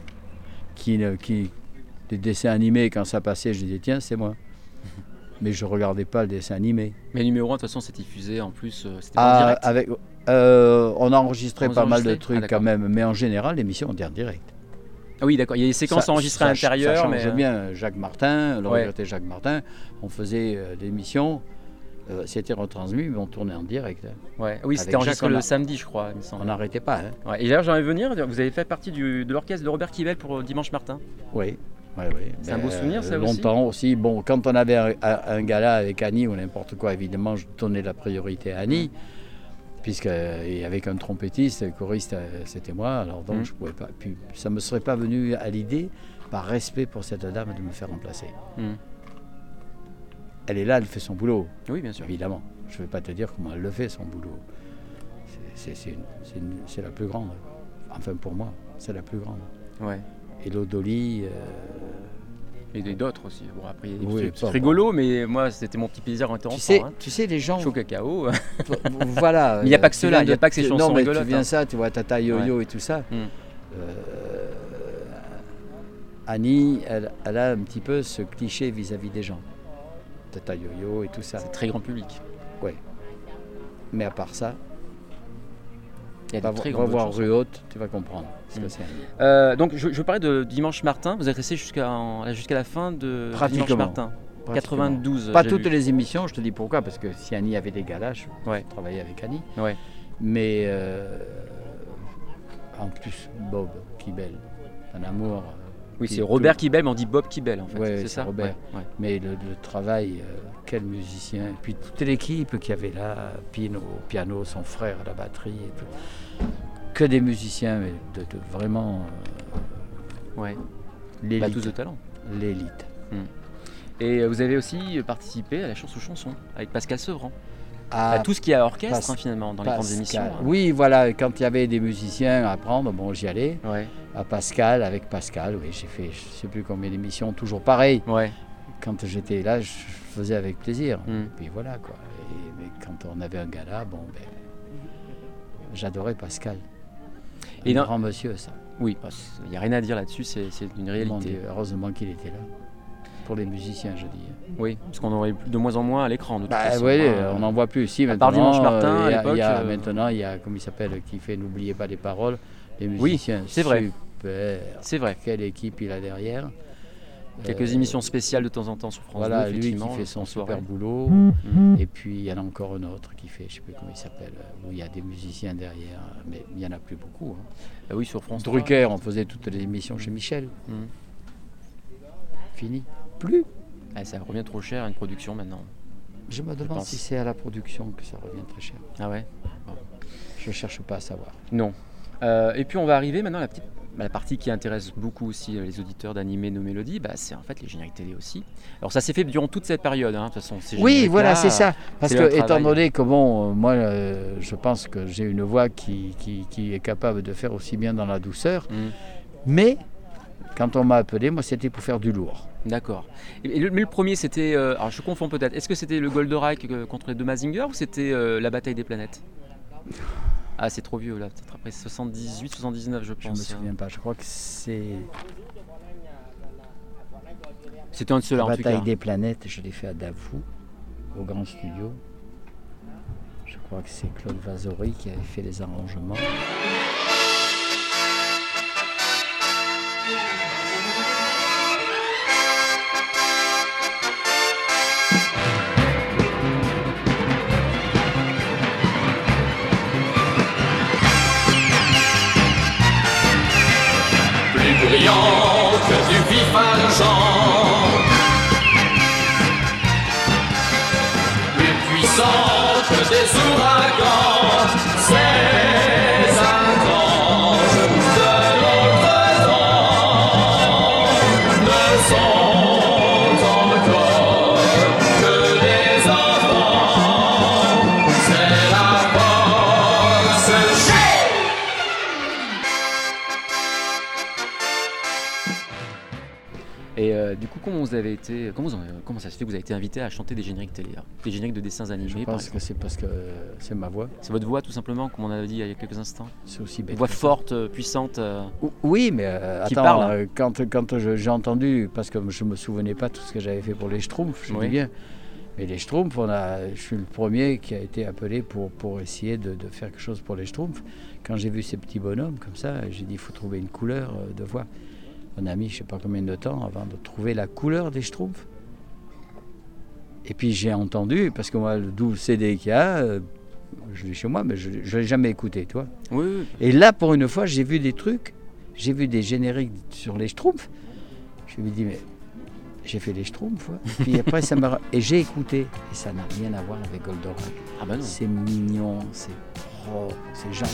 S2: des dessins animés, quand ça passait, je disais tiens, c'est moi. Mais je ne regardais pas le dessin animé.
S1: Mais numéro 1, de toute façon, c'était diffusé en plus, c'était en direct.
S2: On a enregistré pas mal de trucs quand même, mais en général, l'émission, on dit en direct.
S1: Ah oui, d'accord, il y a des séquences enregistrées à l'intérieur.
S2: Ça change bien. Jacques Martin, le regretté Jacques Martin, on faisait l'émission, c'était retransmis, mais on tournait en direct.
S1: Oui, c'était enregistré le samedi, je crois, il me semble.
S2: On n'arrêtait pas. Hein.
S1: Et d'ailleurs, j'aimerais venir, vous avez fait partie de l'orchestre de Robert Quibel pour Dimanche Martin.
S2: Oui.
S1: C'est un beau souvenir, ça
S2: aussi. Longtemps aussi. Bon, quand on avait un gala avec Annie ou n'importe quoi, évidemment, je donnais la priorité à Annie, puisque avec un trompettiste, choriste, c'était moi. Alors donc, je pouvais pas. Puis ça me serait pas venu à l'idée, par respect pour cette dame, de me faire remplacer. Elle est là, elle fait son boulot.
S1: Oui, bien sûr.
S2: Évidemment. Je ne vais pas te dire comment elle le fait, son boulot. C'est la plus grande. Enfin, pour moi, c'est la plus grande.
S1: Ouais.
S2: Et l'Odoli.
S1: Et d'autres aussi. Bon, après, c'est rigolo, mais moi, c'était mon petit plaisir en étant enfant.
S2: Tu sais, les gens.
S1: Chaud cacao.
S2: Voilà.
S1: Mais il n'y a pas que cela, il n'y a pas que ces chansons rigolotes.
S2: Tu viens ça, tu vois Tata Yo-Yo et tout ça. Annie, elle a un petit peu ce cliché vis-à-vis des gens. Tata Yo-Yo et tout ça.
S1: C'est très grand public.
S2: Oui. Mais à part ça.
S1: Va
S2: voir Rue Haute, tu vas comprendre ce que c'est.
S1: Donc je parlais de Dimanche Martin, vous êtes resté jusqu'à la fin de Dimanche Martin. 92.
S2: Pas toutes les émissions, je te dis pourquoi, parce que si Annie avait des galas, je travaillais avec Annie.
S1: Ouais.
S2: Mais en plus, Bob Quibel, un amour.
S1: Oui, c'est Robert Quibel, mais on dit Bob Quibel en fait.
S2: Ouais,
S1: c'est ça
S2: Robert. Ouais. Mais le travail, quel musicien. Et puis toute l'équipe qu'il y avait là, Pino au piano, son frère à la batterie. Et tout. Que des musiciens, mais de vraiment. L'élite.
S1: Tous de talent.
S2: L'élite.
S1: Et vous avez aussi participé à la chanson avec Pascal Sevran.
S2: À
S1: tout ce qui est à orchestre finalement dans les grandes émissions.
S2: Oui, voilà, quand il y avait des musiciens à apprendre, bon, j'y allais.
S1: Ouais.
S2: Avec Pascal, oui, j'ai fait je ne sais plus combien d'émissions, toujours pareil.
S1: Ouais.
S2: Quand j'étais là, je faisais avec plaisir. Et puis voilà quoi. Mais quand on avait un gala, j'adorais Pascal. Un grand monsieur, ça.
S1: Oui, il n'y a rien à dire là-dessus, c'est une réalité.
S2: Heureusement qu'il était là. Pour les musiciens, je dis.
S1: Oui, parce qu'on en voit de moins en moins à l'écran. De toute façon,
S2: oui, on n'en voit plus. Si,
S1: maintenant, Dimanche Martin, à l'époque.
S2: Maintenant, il y a, comme il s'appelle, qui fait N'oubliez pas les paroles. Les musiciens,
S1: c'est vrai.
S2: Super.
S1: C'est vrai.
S2: Quelle équipe il a derrière.
S1: Quelques émissions spéciales de temps en temps sur France 2.
S2: Voilà, lui qui fait son super boulot. Et puis, il y en a encore un autre qui fait, je ne sais plus comment il s'appelle, où il y a des musiciens derrière. Mais il n'y en a plus beaucoup.
S1: Oui, sur France 3.
S2: Drucker, on faisait toutes les émissions chez Michel. Fini. Plus.
S1: Ça revient trop cher à une production maintenant.
S2: Je me demande si c'est à la production que ça revient très cher.
S1: Ah ouais.
S2: Je cherche pas à savoir.
S1: Non. Et puis on va arriver maintenant à la petite la partie qui intéresse beaucoup aussi les auditeurs d'Animé nos mélodies, c'est en fait les génériques télé aussi. Alors ça s'est fait durant toute cette période, de toute façon.
S2: Oui, voilà, c'est ça. Parce que étant
S1: travail.
S2: donné que moi, je pense que j'ai une voix qui est capable de faire aussi bien dans la douceur, mais quand on m'a appelé, moi c'était pour faire du lourd.
S1: D'accord. Mais le premier c'était, alors je confonds peut-être, est-ce que c'était le Goldorak contre les deux Mazinger ou c'était la bataille des planètes? Ah, c'est trop vieux là, peut-être après 78, 79 je pense.
S2: Je me souviens pas, je crois que c'est...
S1: C'était un de ceux-là en tout cas.
S2: La bataille des planètes, je l'ai fait à Davout, au Grand Studio. Je crois que c'est Claude Vazori qui avait fait les arrangements.
S3: Brillant que du vif argent, plus puissant que des ouragans, ces archanges de notre temps ne sont encore que des enfants. C'est la force G.
S1: Et du coup, comment ça se fait que vous avez été invité à chanter des génériques télé, des génériques de dessins animés?
S2: Je pense que c'est parce que c'est ma voix.
S1: C'est votre voix tout simplement, comme on avait dit il y a quelques instants.
S2: C'est aussi
S1: Une
S2: bête.
S1: voix forte, puissante.
S2: Oui, mais
S1: Qui
S2: attends,
S1: parle.
S2: Quand j'ai entendu, parce que je me souvenais pas tout ce que j'avais fait pour les Schtroumpfs, je dis bien. Mais les Schtroumpfs, je suis le premier qui a été appelé pour essayer de faire quelque chose pour les Schtroumpfs. Quand j'ai vu ces petits bonhommes comme ça, j'ai dit il faut trouver une couleur de voix. On a mis je ne sais pas combien de temps avant de trouver la couleur des Schtroumpfs. Et puis j'ai entendu, parce que moi, le double CD qu'il y a, je l'ai chez moi, mais je ne l'ai jamais écouté, toi.
S1: Oui.
S2: Et là, pour une fois, j'ai vu des trucs, j'ai vu des génériques sur les Schtroumpfs. Je me dis, mais j'ai fait les Schtroumpfs. Ouais. Et puis après, et j'ai écouté. Et ça n'a rien à voir avec Goldorak.
S1: Ah bah non.
S2: C'est mignon, c'est propre, c'est gentil.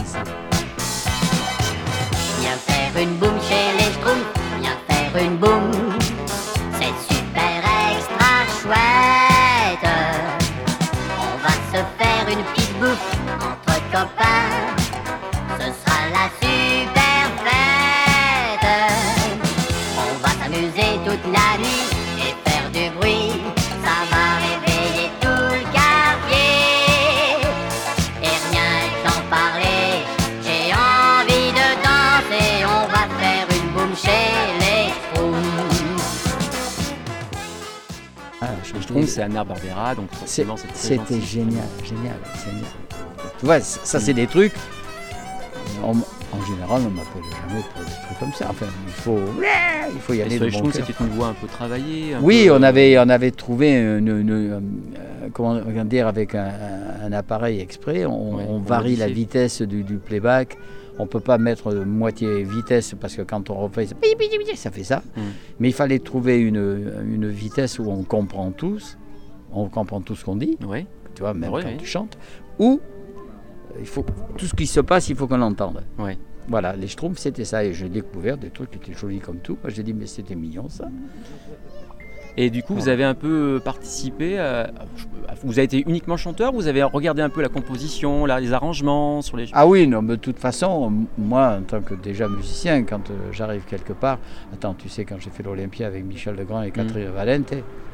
S4: Viens faire une boum chez les Schtroumpfs, viens faire une boum. C'est super extra chouette. On va se faire une petite bouffe entre copains. Ce sera la super fête. On va s'amuser toute la nuit et faire du bruit. Ça va réveiller tout le quartier. Et rien qu'en parler, j'ai envie de danser. On va faire une boum chez les Schtroumpfs.
S1: Je trouve que c'est Hanna Barbera, donc forcément c'est très
S2: C'était
S1: gentil.
S2: génial. Tu vois, ça c'est des trucs. En général, on ne m'appelle jamais pour des trucs comme ça. Enfin, il faut y
S1: Et
S2: aller
S1: sur
S2: de
S1: les
S2: bon
S1: Schtroumpfs,
S2: cœur.
S1: c'était une voix un peu travaillée.
S2: Oui, on avait trouvé comment dire, avec un appareil exprès, on varie la
S1: modifié.
S2: vitesse du playback. On ne peut pas mettre moitié vitesse parce que quand on refait, ça fait ça. Mais il fallait trouver une vitesse où on comprend tout ce qu'on dit,
S1: Oui.
S2: tu vois, même
S1: Ouais,
S2: quand
S1: ouais.
S2: tu chantes, ou il faut tout ce qui se passe, il faut qu'on l'entende.
S1: Ouais.
S2: Voilà, les Schtroumpfs, c'était ça. Et j'ai découvert des trucs qui étaient jolis comme tout. Moi, j'ai dit, mais c'était mignon, ça.
S1: Et du coup, vous avez un peu participé. Vous avez été uniquement chanteur, vous avez regardé un peu la composition, les arrangements sur les.
S2: Ah oui, non, mais de toute façon, moi, en tant que déjà musicien, quand j'arrive quelque part... Attends, tu sais, quand j'ai fait l'Olympia avec Michel Legrand et Catherine Valente,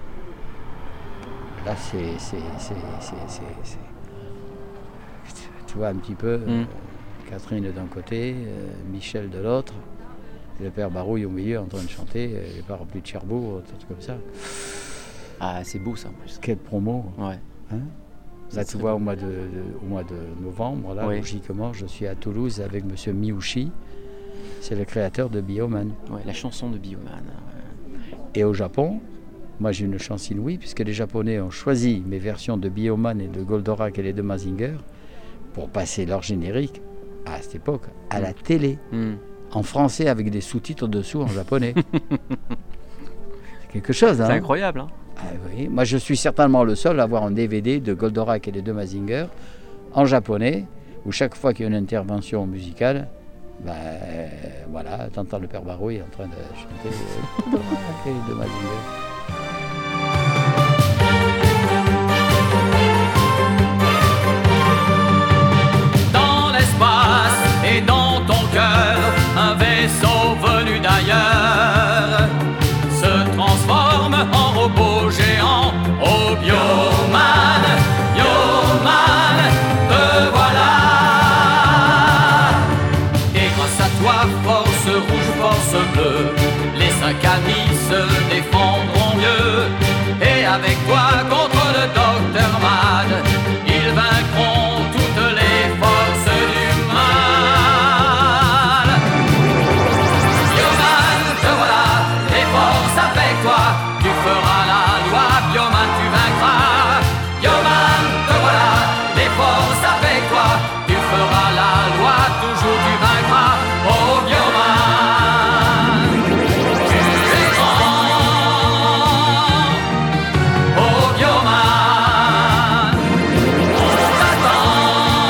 S2: là, c'est... Tu vois, un petit peu, Catherine d'un côté, Michel de l'autre, et le père Barouille au milieu en train de chanter, les parapluies de Cherbourg, tout truc comme ça.
S1: Ah, c'est beau ça en plus.
S2: Quelle promo,
S1: Ouais.
S2: hein? Là, tu vois, au mois de novembre, là,
S1: Oui.
S2: logiquement, je suis à Toulouse avec M. Miyushi. C'est le créateur de Bioman.
S1: Ouais, la chanson de Bioman.
S2: Et au Japon, moi, j'ai une chance inouïe, puisque les Japonais ont choisi mes versions de Bioman et de Goldorak et les deux Mazinger pour passer leur générique, à cette époque, à la télé, en français avec des sous-titres dessous en japonais. C'est quelque chose, hein?
S1: C'est incroyable, hein?
S2: Ah oui. Moi, je suis certainement le seul à avoir un DVD de Goldorak et les deux Mazinger en japonais, où chaque fois qu'il y a une intervention musicale, Voilà, t'entends le père Barouille en train de chanter de Mazinger.
S3: Dans l'espace et dans ton cœur, un vaisseau venu d'ailleurs se transforme en robot géant. Oh Bioman, Bioman, te voilà. Et grâce à toi, force rouge, force bleue, les 5 amis se défendront mieux. Et avec toi contre le Dr Man, ils vaincront toutes les forces du mal. Bioman, te voilà, les forces avec toi, tu feras la loi, Bioman, tu vaincras. Bioman, te voilà, les forces avec toi, tu feras la loi, toujours tu vaincras. Oh Bioman, tu es grand. Oh Bioman, on t'attend.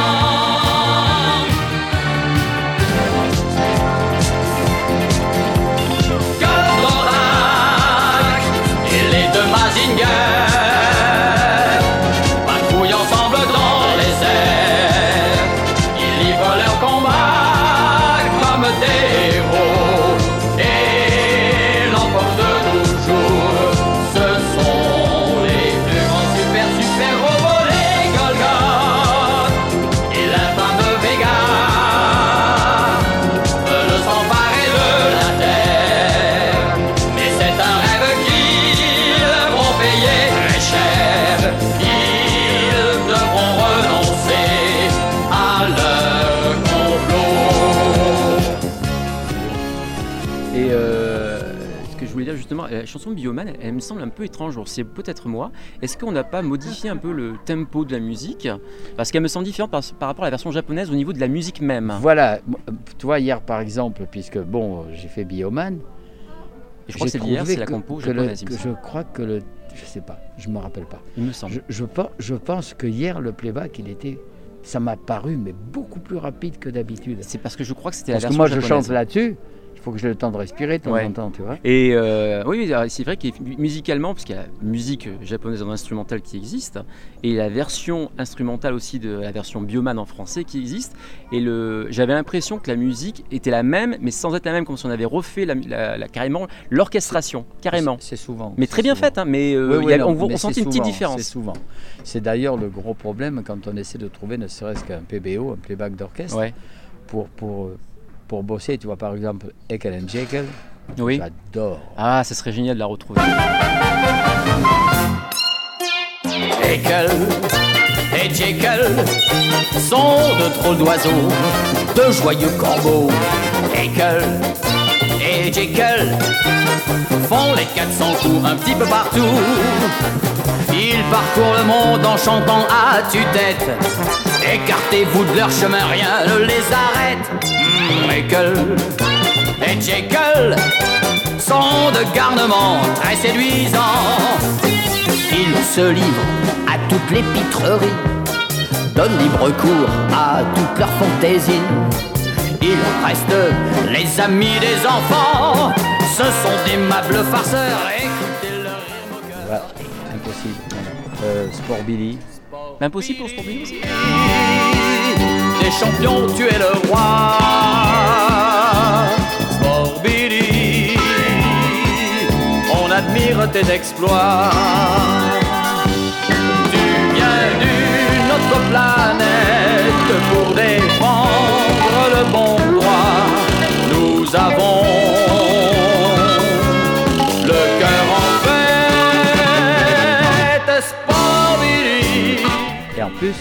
S3: Goldorak et les 2 Mazinger patrouillent ensemble dans les airs. Ils livrent leur combat comme des héros et l'emportent toujours. Ce sont les 2 grands super robots, les Golgoth et l'infâme Vega, veulent s'emparer de la terre. Mais c'est un rêve qu'ils vont payer très cher. Ils devront renoncer à leur complot.
S1: Et ce que je voulais dire justement, la chanson Bioman, elle me semble un peu étrange, alors c'est peut-être moi. Est-ce qu'on n'a pas modifié un peu le tempo de la musique? Parce qu'elle me semble différente par rapport à la version japonaise au niveau de la musique même.
S2: Voilà, tu vois, hier par exemple, puisque j'ai fait Bioman.
S1: Et je crois que c'est d'hier, c'est la compo japonaise. il me
S2: Je
S1: semble.
S2: crois que je sais pas, je me rappelle pas.
S1: Il me semble.
S2: Je pense que hier le playback, ça m'a paru mais beaucoup plus rapide que d'habitude.
S1: C'est parce que je crois que c'était la
S2: Parce que
S1: version
S2: moi je
S1: japonaise.
S2: chante là-dessus, il faut que j'ai le temps de respirer de temps
S1: Ouais.
S2: en temps, tu vois.
S1: Et oui, c'est vrai que musicalement, parce qu'il y a la musique japonaise en instrumental qui existe, et la version instrumentale aussi de la version Bioman en français qui existe, et j'avais l'impression que la musique était la même, mais sans être la même, comme si on avait refait carrément l'orchestration, carrément.
S2: C'est souvent.
S1: Mais très bien faite, hein, mais on sentait une petite différence.
S2: C'est souvent. C'est d'ailleurs le gros problème quand on essaie de trouver ne serait-ce qu'un PBO, un playback d'orchestre,
S1: Ouais.
S2: pour bosser. Tu vois par exemple Ekel and Jekyll,
S1: Oui.
S2: j'adore.
S1: Ah, ça serait génial de la retrouver.
S3: Ekel et Jekyll sont 2 drôles d'oiseaux, 2 joyeux corbeaux. Ekel et Jekyll font les 400 coups un petit peu partout. Ils parcourent le monde en chantant à tue-tête. Écartez-vous de leur chemin, rien ne les arrête. Ekel et Jekyll sont de garnements très séduisants. Ils se livrent à toutes les pitreries, donnent libre cours à toutes leurs fantaisies. Ils restent les amis des enfants, ce sont d'aimables farceurs. Écoutez leur rime au cœur.
S2: Voilà, impossible. Sport Billy.
S1: Impossible pour ce pour aussi.
S3: Des champions, tu es le roi. Sport Billy, on admire tes exploits. Tu viens d'une autre planète pour défendre le bon droit. Nous avons le cœur en fête. Sport Billy.
S2: Et en plus,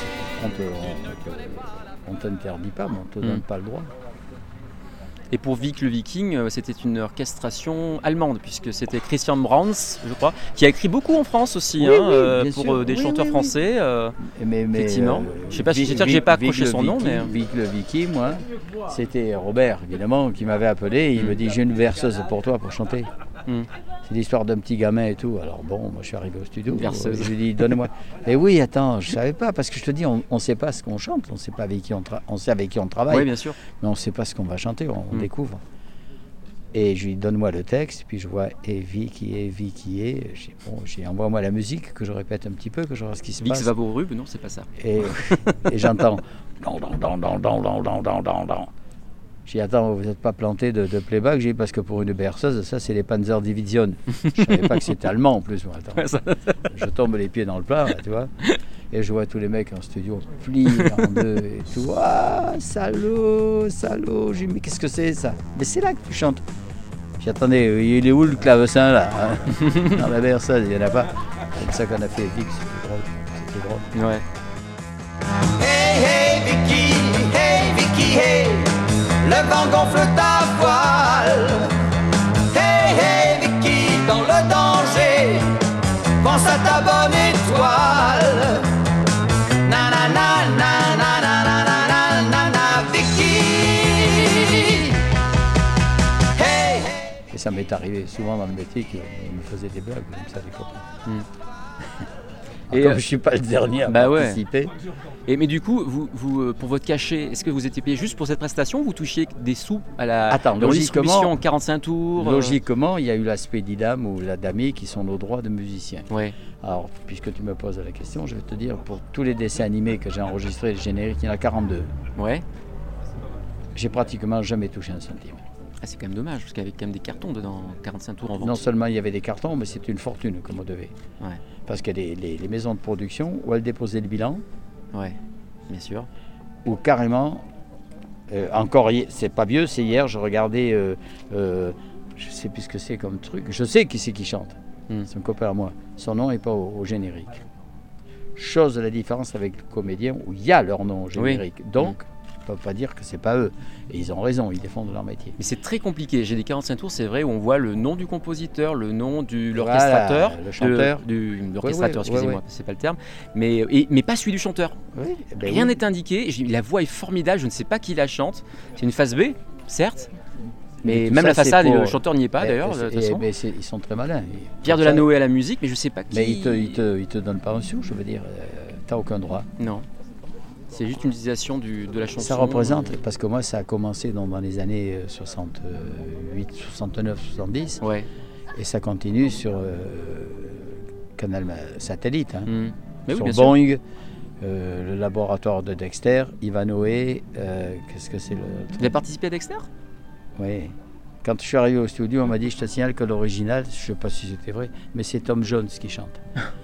S2: on t'interdit pas, mais on te donne pas le droit.
S1: Et pour Vic le Viking, c'était une orchestration allemande, puisque c'était Christian Brauns, je crois, qui a écrit beaucoup en France aussi,
S2: Oui,
S1: hein,
S2: bien
S1: pour
S2: sûr.
S1: des
S2: Oui,
S1: chanteurs
S2: oui, oui.
S1: français. Effectivement. Je sais pas si c'est-à-dire que j'ai pas accroché son nom, mais
S2: Vic le Viking, moi, c'était Robert, évidemment, qui m'avait appelé et il me dit j'ai une verseuse pour toi pour chanter. C'est l'histoire d'un petit gamin et tout. Alors bon, moi je suis arrivé au studio.
S1: Berceuse.
S2: Je lui dis, donne-moi. Mais oui, attends, je savais pas, parce que je te dis, on ne sait pas ce qu'on chante, on sait pas avec qui on sait avec qui on travaille,
S1: Oui, bien sûr.
S2: mais on ne sait pas ce qu'on va chanter, on découvre. Et je lui dis, donne-moi le texte, puis je vois et vie qui est. Je dis, envoie-moi la musique, que je répète un petit peu, que je vois ce qui se
S1: Vix
S2: passe.
S1: va vous rub, non, c'est pas ça.
S2: Et j'entends. Je dis, attends, vous n'êtes pas planté de playback? J'ai dit, parce que pour une berceuse, ça, c'est les Panzer Division. Je ne savais pas que c'était allemand en plus. Moi, attends. Je tombe les pieds dans le plat, là, tu vois. Et je vois tous les mecs en studio pliés en deux et tout. Ah, salaud. J'ai dit, mais qu'est-ce que c'est ça? Mais c'est là que tu chantes. J'ai dit, attendez, il est où le clavecin là, hein? Dans la berceuse, il n'y en a pas. C'est comme ça qu'on a fait Vix, c'était drôle.
S1: Ouais.
S3: Hey, hey, Vicky, hey, le vent gonfle ta voile. Hey, Vicky, dans le danger, pense à ta bonne étoile. Na na na na na na na na na na, Vicky. Hey.
S2: Et ça m'est arrivé souvent dans le métier qu'on me faisait des blagues comme ça, des copains.
S1: Et
S2: comme je ne suis pas le dernier à participer.
S1: Et mais du coup, vous pour votre cachet, est-ce que vous étiez payé juste pour cette prestation ou vous touchiez des sous à la distribution en 45 tours?
S2: Logiquement, il y a eu l'aspect d'Idam ou la Dami qui sont nos droits de musiciens.
S1: Ouais.
S2: Alors, puisque tu me poses la question, je vais te dire, pour tous les dessins animés que j'ai enregistrés, les génériques, il y en a 42.
S1: Ouais.
S2: J'ai pratiquement jamais touché un centime.
S1: Ah, c'est quand même dommage, parce qu'il y avait quand même des cartons dedans, 45 tours en vente.
S2: Non seulement il y avait des cartons, mais c'est une fortune comme on devait.
S1: Ouais.
S2: Parce que les maisons de production, où elles déposaient le bilan,
S1: ouais, bien sûr.
S2: ou carrément, c'est pas vieux, c'est hier, je regardais, je sais plus ce que c'est comme truc, je sais qui c'est qui chante, c'est un copain à moi, son nom n'est pas au générique. Chose de la différence avec le comédien, où il y a leur nom au générique, donc on ne peut pas dire que c'est pas eux, et ils ont raison, ils défendent leur métier.
S1: Mais c'est très compliqué, j'ai des 45 tours, c'est vrai, où on voit le nom du compositeur, le nom de l'orchestrateur,
S2: voilà, le chanteur,
S1: l'orchestrateur, excusez-moi, c'est pas le terme, mais pas celui du chanteur.
S2: Oui, ben
S1: Rien n'est indiqué, la voix est formidable, je ne sais pas qui la chante, c'est une face B, certes, mais même la façade, le chanteur n'y est pas d'ailleurs, de toute façon.
S2: Ils sont très malins.
S1: Pierre Delanoë à la musique, mais je ne sais pas qui...
S2: Mais ils te donnent pas un sou, je veux dire, t'as aucun droit.
S1: Non. C'est juste une utilisation de la chanson.
S2: Ça représente, parce que moi ça a commencé dans les années 68, 69, 70,
S1: ouais.
S2: Et ça continue sur Canal Satellite, hein.
S1: Mais
S2: sur
S1: oui,
S2: Boeing, le laboratoire de Dexter, Ivanhoe, qu'est-ce que c'est
S1: Il a participé à Dexter?
S2: Oui. Quand je suis arrivé au studio, on m'a dit, je te signale que l'original, je ne sais pas si c'était vrai, mais c'est Tom Jones qui chante.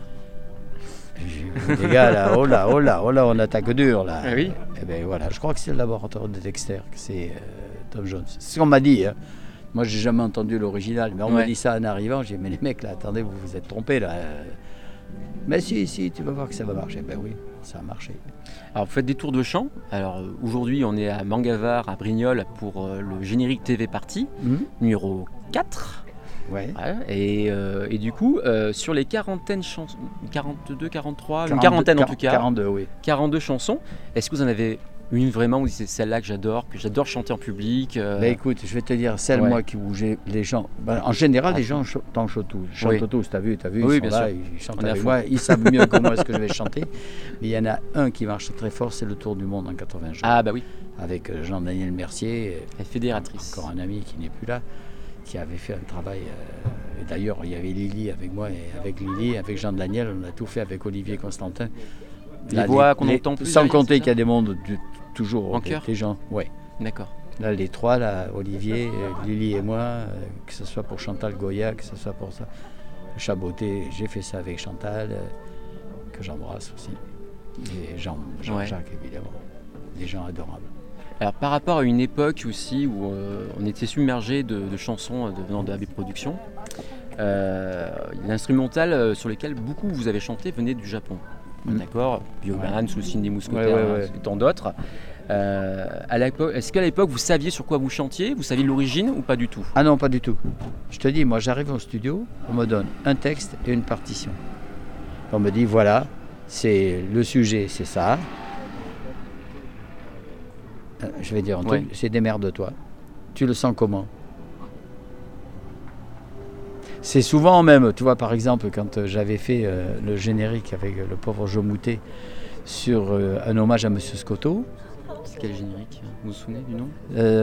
S2: Les gars, là, oh là, on attaque dur, là.
S1: Ah oui.
S2: Et ben voilà, je crois que c'est le laboratoire de Dexter, que c'est Tom Jones. C'est ce qu'on m'a dit, hein. Moi, j'ai jamais entendu l'original, mais on m'a dit ça en arrivant. J'ai dit, mais les mecs, là, attendez, vous vous êtes trompés, là. Mais si, tu vas voir que ça va marcher. Ben oui, ça a marché.
S1: Alors, vous faites des tours de chant. Alors, aujourd'hui, on est à Mangavar, à Brignoles, pour le générique TV Party, numéro 4.
S2: Ouais.
S1: Et du coup, sur les quarantaines chansons, 42, 43, une quarantaine en tout cas.
S2: 42, oui.
S1: 42 chansons. Est-ce que vous en avez une vraiment où c'est celle-là que j'adore chanter en public
S2: Écoute, je vais te dire, celle moi qui bougeait les gens. En général, les gens chantent tous. Ils chantent tous, t'as vu,
S1: oui,
S2: ils sont là, ils chantent avec moi. Ils savent mieux que moi ce que je vais chanter. Mais il y en a un qui marche très fort, c'est le Tour du Monde en 80 jours.
S1: Ah bah oui.
S2: Avec Jean-Daniel Mercier.
S1: La fédératrice.
S2: Encore un ami qui n'est plus là, qui avait fait un travail. Et d'ailleurs, il y avait Lily avec moi, et avec Lily, avec Jean-Daniel, on a tout fait avec Olivier Constantin.
S1: Les voix qu'on entend plus.
S2: Sans compter qu'il y a des mondes toujours
S1: en chœur.
S2: Des gens. Ouais.
S1: D'accord.
S2: Là, les trois, là, Olivier, Lily et moi, que ce soit pour Chantal Goya, que ce soit pour ça. Chaboté, j'ai fait ça avec Chantal, que j'embrasse aussi. Et Jean-Jacques, évidemment. Des gens adorables.
S1: Alors, par rapport à une époque aussi où on était submergé de chansons venant de AB Productions, l'instrumental sur lequel beaucoup vous avez chanté venait du Japon. D'accord, Bioman, Soucine des Mousquetaires, tant d'autres. Est-ce qu'à l'époque vous saviez sur quoi vous chantiez? Vous saviez l'origine ou pas du tout?
S2: Ah non, pas du tout. Je te dis, moi j'arrive au studio, on me donne un texte et une partition. On me dit voilà, c'est le sujet, c'est ça. Je vais dire un truc, c'est démerde-toi. Tu le sens comment? C'est souvent même, tu vois, par exemple, quand j'avais fait le générique avec le pauvre Joe Moutet sur un hommage à Monsieur Scotto.
S1: C'est quel générique? Vous vous souvenez du nom?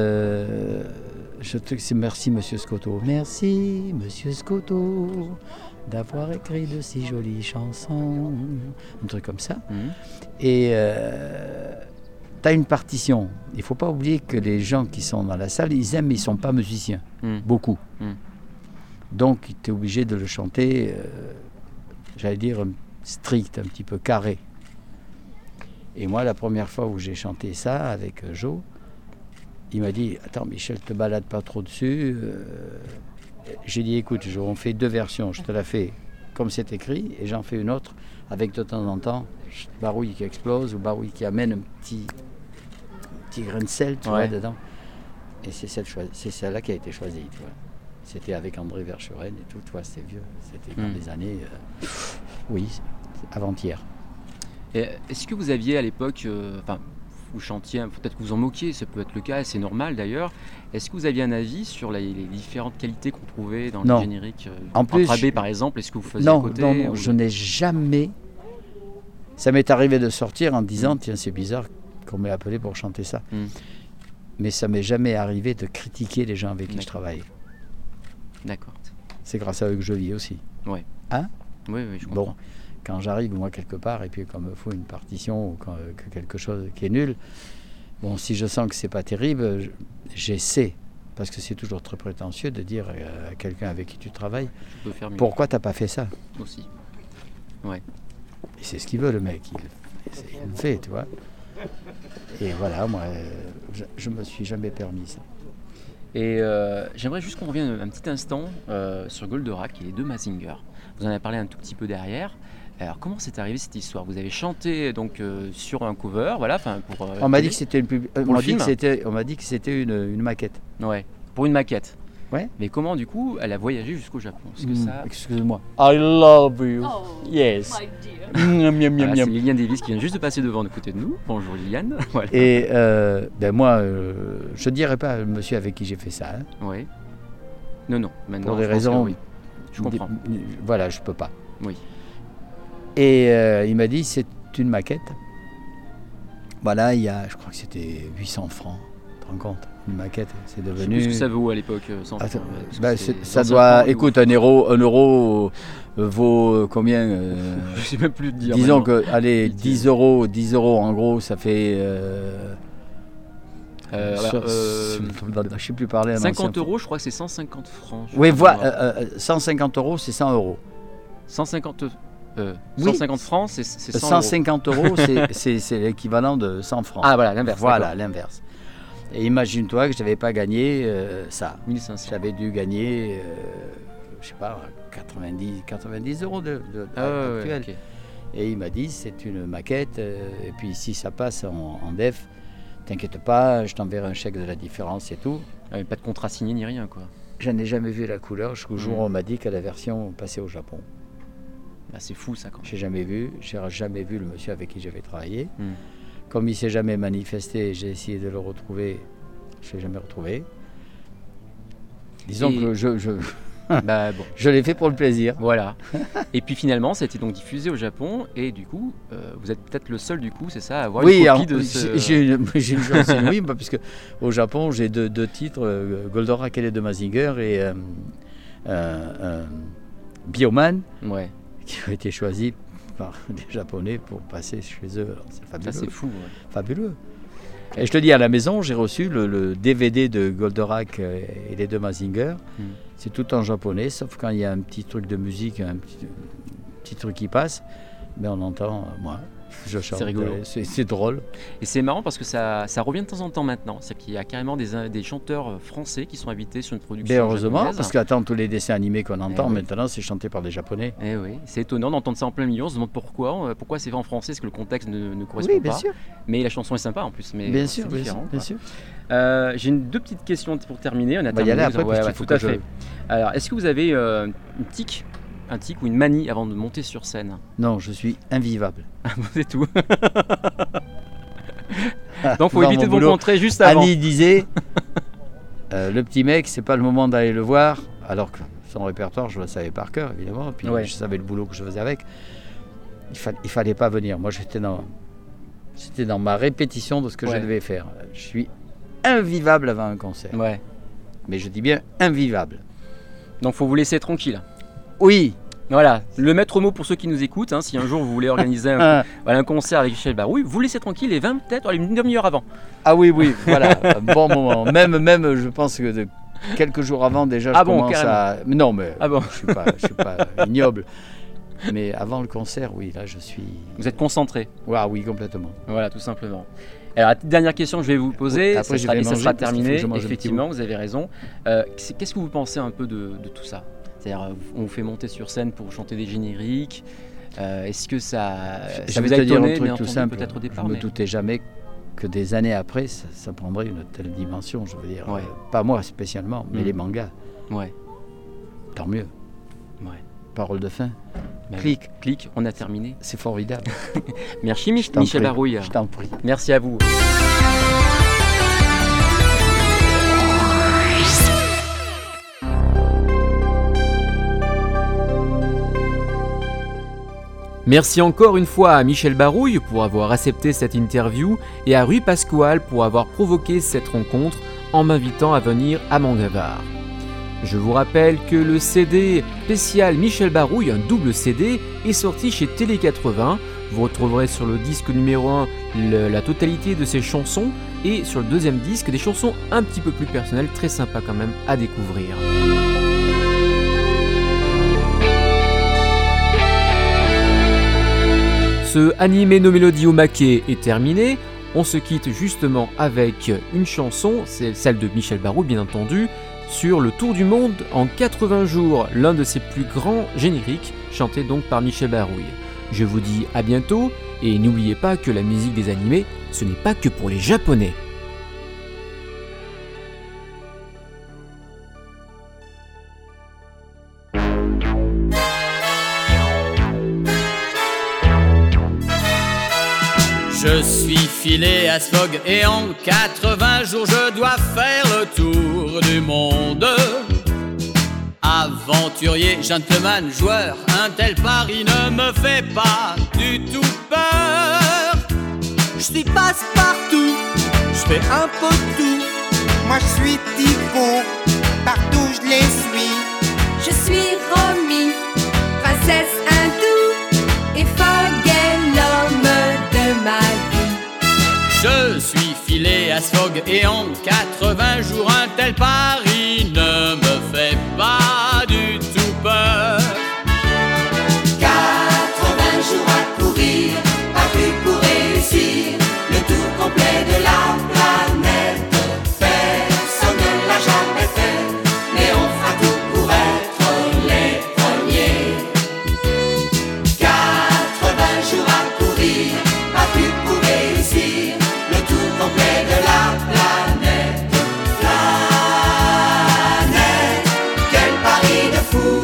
S2: C'est Merci Monsieur Scotto. Merci Monsieur Scotto d'avoir écrit de si jolies chansons. Un truc comme ça. Et tu as une partition. Il ne faut pas oublier que les gens qui sont dans la salle, ils aiment, mais ils ne sont pas musiciens. Beaucoup. Donc tu es obligé de le chanter, j'allais dire, strict, un petit peu carré. Et moi, la première fois où j'ai chanté ça avec Joe, il m'a dit « Attends Michel, te balade pas trop dessus. » J'ai dit « Écoute Joe, on fait 2 versions, je te la fais comme c'est écrit et j'en fais une autre avec de temps en temps Barouille qui explose ou Barouille qui amène un petit grain de sel, tu vois, dedans. » Et c'est celle-là qui a été choisie, tu vois. C'était avec André Verschuren et tout, tu vois, c'était vieux. C'était dans les années, avant-hier.
S1: Et est-ce que vous aviez à l'époque, vous chantiez, peut-être que vous en moquiez, ça peut être le cas, et c'est normal d'ailleurs. Est-ce que vous aviez un avis sur les différentes qualités qu'on trouvait dans le générique?
S2: En plus,
S1: Abbé, par exemple, est-ce que vous faisiez à côté?
S2: Non, je n'ai jamais... Ça m'est arrivé de sortir en disant, tiens, c'est bizarre qu'on m'ait appelé pour chanter ça. Mais ça m'est jamais arrivé de critiquer les gens avec qui je travaille.
S1: D'accord.
S2: C'est grâce à eux que je vis aussi.
S1: Ouais.
S2: Hein?
S1: Oui, je comprends.
S2: Bon, quand j'arrive, moi, quelque part, et puis quand il me faut une partition ou que quelque chose qui est nul, bon, si je sens que c'est pas terrible, j'essaie, parce que c'est toujours très prétentieux de dire à quelqu'un avec qui tu travailles, pourquoi t'as pas fait ça?
S1: Aussi. Ouais.
S2: Et c'est ce qu'il veut, le mec. Il le fait, tu vois. Et voilà, moi, je me suis jamais permis ça.
S1: Et j'aimerais juste qu'on revienne un petit instant sur Goldorak et les 2 Mazinger. Vous en avez parlé un tout petit peu derrière. Alors comment c'est arrivé cette histoire? Vous avez chanté donc sur un cover, voilà, pour.
S2: On m'a dit que c'était
S1: on m'a
S2: dit que c'était une maquette.
S1: Ouais. Pour une maquette.
S2: Ouais.
S1: Mais comment du coup elle a voyagé jusqu'au Japon? Parce que ça...
S2: Excuse-moi. I love you.
S5: Oh,
S2: yes.
S5: my dear.
S1: Voilà, c'est Liliane Davis qui vient juste de passer devant de côté de nous. Bonjour Liliane. Voilà.
S2: Et moi, je ne dirais pas monsieur avec qui j'ai fait ça. Hein.
S1: Oui. Non. Maintenant,
S2: pour des raisons.
S1: Oui. Je comprends.
S2: Voilà, je peux pas.
S1: Oui.
S2: Et il m'a dit c'est une maquette. Voilà, il y a, je crois que c'était 800 francs. Tu te rends compte? Une maquette, c'est devenu.
S1: Je sais plus ce que ça vaut à l'époque.
S2: Ça doit. Écoute, un euro vaut combien?
S1: Je sais même plus te dire.
S2: Disons que, allez, 10 euros en gros, ça fait. Je sais plus parler.
S1: 50 euros, je crois que c'est 150 francs.
S2: Oui, voilà. 150 euros, c'est 100 euros.
S1: 150 francs, c'est 100
S2: 150 euros, c'est l'équivalent de 100 francs.
S1: Ah voilà, l'inverse.
S2: Voilà, l'inverse. Et imagine-toi que je n'avais pas gagné ça.
S1: 1500.
S2: J'avais dû gagner, je sais pas, 90 euros actuel.
S1: Ouais, okay.
S2: Et il m'a dit, c'est une maquette, et puis si ça passe en def, t'inquiète pas, je t'enverrai un chèque de la différence et tout.
S1: Pas de contrat signé ni rien, quoi.
S2: Je n'ai jamais vu la couleur jusqu'au jour où on m'a dit que la version passait au Japon.
S1: Bah, c'est fou ça, quand même.
S2: J'ai jamais vu le monsieur avec qui j'avais travaillé. Comme il ne s'est jamais manifesté, j'ai essayé de le retrouver, je ne l'ai jamais retrouvé. Disons que je l'ai fait pour le plaisir.
S1: Voilà. Et puis finalement, ça a été donc diffusé au Japon, et du coup, vous êtes peut-être le seul, du coup, c'est ça, à avoir une copie de ce...
S2: J'ai une chance inouïe, puisque au Japon, j'ai deux titres, Goldorak et les 2 Mazinger, et Bioman, qui ont été choisis par des Japonais pour passer chez eux. Alors, c'est fabuleux.
S1: Ça, c'est fou. Ouais.
S2: Fabuleux. Et je te dis, à la maison, j'ai reçu le DVD de Goldorak et les 2 Mazinger. C'est tout en japonais, sauf quand il y a un petit truc de musique, un petit truc qui passe, mais on entend, moi, je chante.
S1: C'est rigolo.
S2: C'est drôle.
S1: Et c'est marrant parce que ça revient de temps en temps maintenant. C'est qu'il y a carrément des chanteurs français qui sont invités sur une production
S2: heureusement,
S1: japonaise.
S2: parce qu'attends, tous les dessins animés qu'on entend maintenant, c'est chanté par des Japonais.
S1: Eh oui, c'est étonnant d'entendre ça en plein milieu. On se demande pourquoi c'est fait en français, est-ce que le contexte ne correspond
S2: oui, bien
S1: pas.
S2: Sûr.
S1: Mais la chanson est sympa en plus. Mais
S2: bien sûr, bien sûr.
S1: J'ai 2 petites questions pour terminer. On a
S2: y aller après, parce qu'il faut
S1: tout à fait. Alors, est-ce que vous avez un tic ou une manie avant de monter sur scène?
S2: Non, je suis invivable.
S1: C'est tout. Donc, faut éviter de vous montrer juste avant.
S2: Annie disait, le petit mec, c'est pas le moment d'aller le voir, alors que son répertoire, je le savais par cœur, évidemment. Puis
S1: Ouais.
S2: je savais le boulot que je faisais avec. Il fallait pas venir. Moi, c'était dans ma répétition de ce que
S1: Ouais.
S2: je devais faire. Je suis invivable avant un concert.
S1: Ouais.
S2: Mais je dis bien invivable.
S1: Donc faut vous laisser tranquille.
S2: Oui.
S1: Voilà, le maître mot pour ceux qui nous écoutent, hein, si un jour vous voulez organiser un concert avec Michel Barouille, vous laissez tranquille les 20 peut-être, allez, une demi-heure avant.
S2: Ah oui, voilà, un bon moment. Même, je pense que quelques jours avant déjà, je commence à... Non, mais
S1: bon.
S2: je suis pas ignoble. Mais avant le concert, oui, là, je suis...
S1: Vous êtes concentré.
S2: Ah oui, complètement.
S1: Voilà, tout simplement. Alors, la dernière question que je vais vous poser,
S2: Après,
S1: ça sera terminé.
S2: je mange un petit
S1: Effectivement, vous avez raison. Qu'est-ce que vous pensez un peu de tout ça ? C'est-à-dire, on vous fait monter sur scène pour chanter des génériques. Est-ce que ça
S2: Je
S1: vous
S2: vais
S1: a
S2: te dire
S1: étonné,
S2: un truc
S1: bien
S2: tout
S1: entendu,
S2: simple.
S1: peut-être au départ,
S2: Je me
S1: mais-
S2: doutais jamais que des années après, ça prendrait une telle dimension. Je veux dire,
S1: Ouais.
S2: pas moi spécialement, mais les mangas.
S1: Ouais,
S2: Tant mieux.
S1: ouais.
S2: Parole de fin.
S1: Bah,
S2: Clic.
S1: on a terminé.
S2: C'est formidable.
S1: Merci
S2: Je t'en
S1: Michel
S2: prie.
S1: Barouille.
S2: Je t'en prie.
S1: Merci à vous. Merci encore une fois à Michel Barouille pour avoir accepté cette interview et à Rui Pasquale pour avoir provoqué cette rencontre en m'invitant à venir à Mangavar. Je vous rappelle que le CD spécial Michel Barouille, un double CD, est sorti chez Télé 80. Vous retrouverez sur le disque numéro 1 la totalité de ses chansons et sur le deuxième disque des chansons un petit peu plus personnelles, très sympa quand même à découvrir. Ce animé No Mélodie au maquet est terminé. On se quitte justement avec une chanson, c'est celle de Michel Barouille bien entendu, sur le Tour du Monde en 80 jours, l'un de ses plus grands génériques, chanté donc par Michel Barouille. Je vous dis à bientôt et n'oubliez pas que la musique des animés, ce n'est pas que pour les Japonais.
S3: Je suis filé à Sfog et en 80 jours je dois faire le tour du monde. Aventurier, gentleman, joueur, un tel pari ne me fait pas du tout peur. Je suis passe-partout, je fais un peu tout.
S5: Moi je suis Tycho, partout je les suis.
S6: Je suis Romy, princesse hindoue, et Fogg est l'homme de ma vie.
S3: Je suis filé à Sfog et en 80 jours un tel pari ne me fait pas du tout peur.
S7: 80 jours à courir, pas plus pour réussir le tour complet de la planète. Personne ne l'a jamais fait, mais on fera tout pour être les premiers. 80 jours à courir, pas plus pour réussir le tour complet de la planète. Planète, quel pari de fou!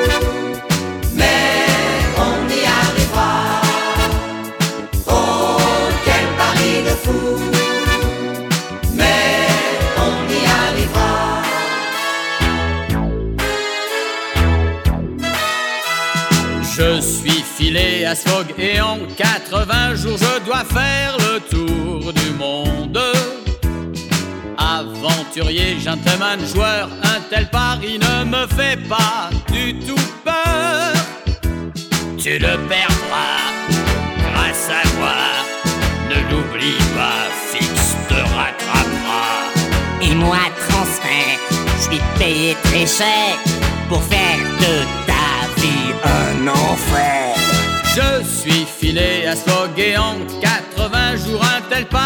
S7: Mais on y arrivera. Oh, quel pari de fou! Mais on y arrivera.
S3: Je suis filé à Sfog et en 80 jours je dois faire le tour du monde. Aventurier, gentleman, joueur, un tel pari ne me fait pas du tout peur. Tu le perdras grâce à moi, ne l'oublie pas, Fix te rattrapera.
S8: Et moi, transfert, je suis payé très cher pour faire de ta vie un enfer.
S3: Je suis filé à Sfog et en 80 jours un tel pari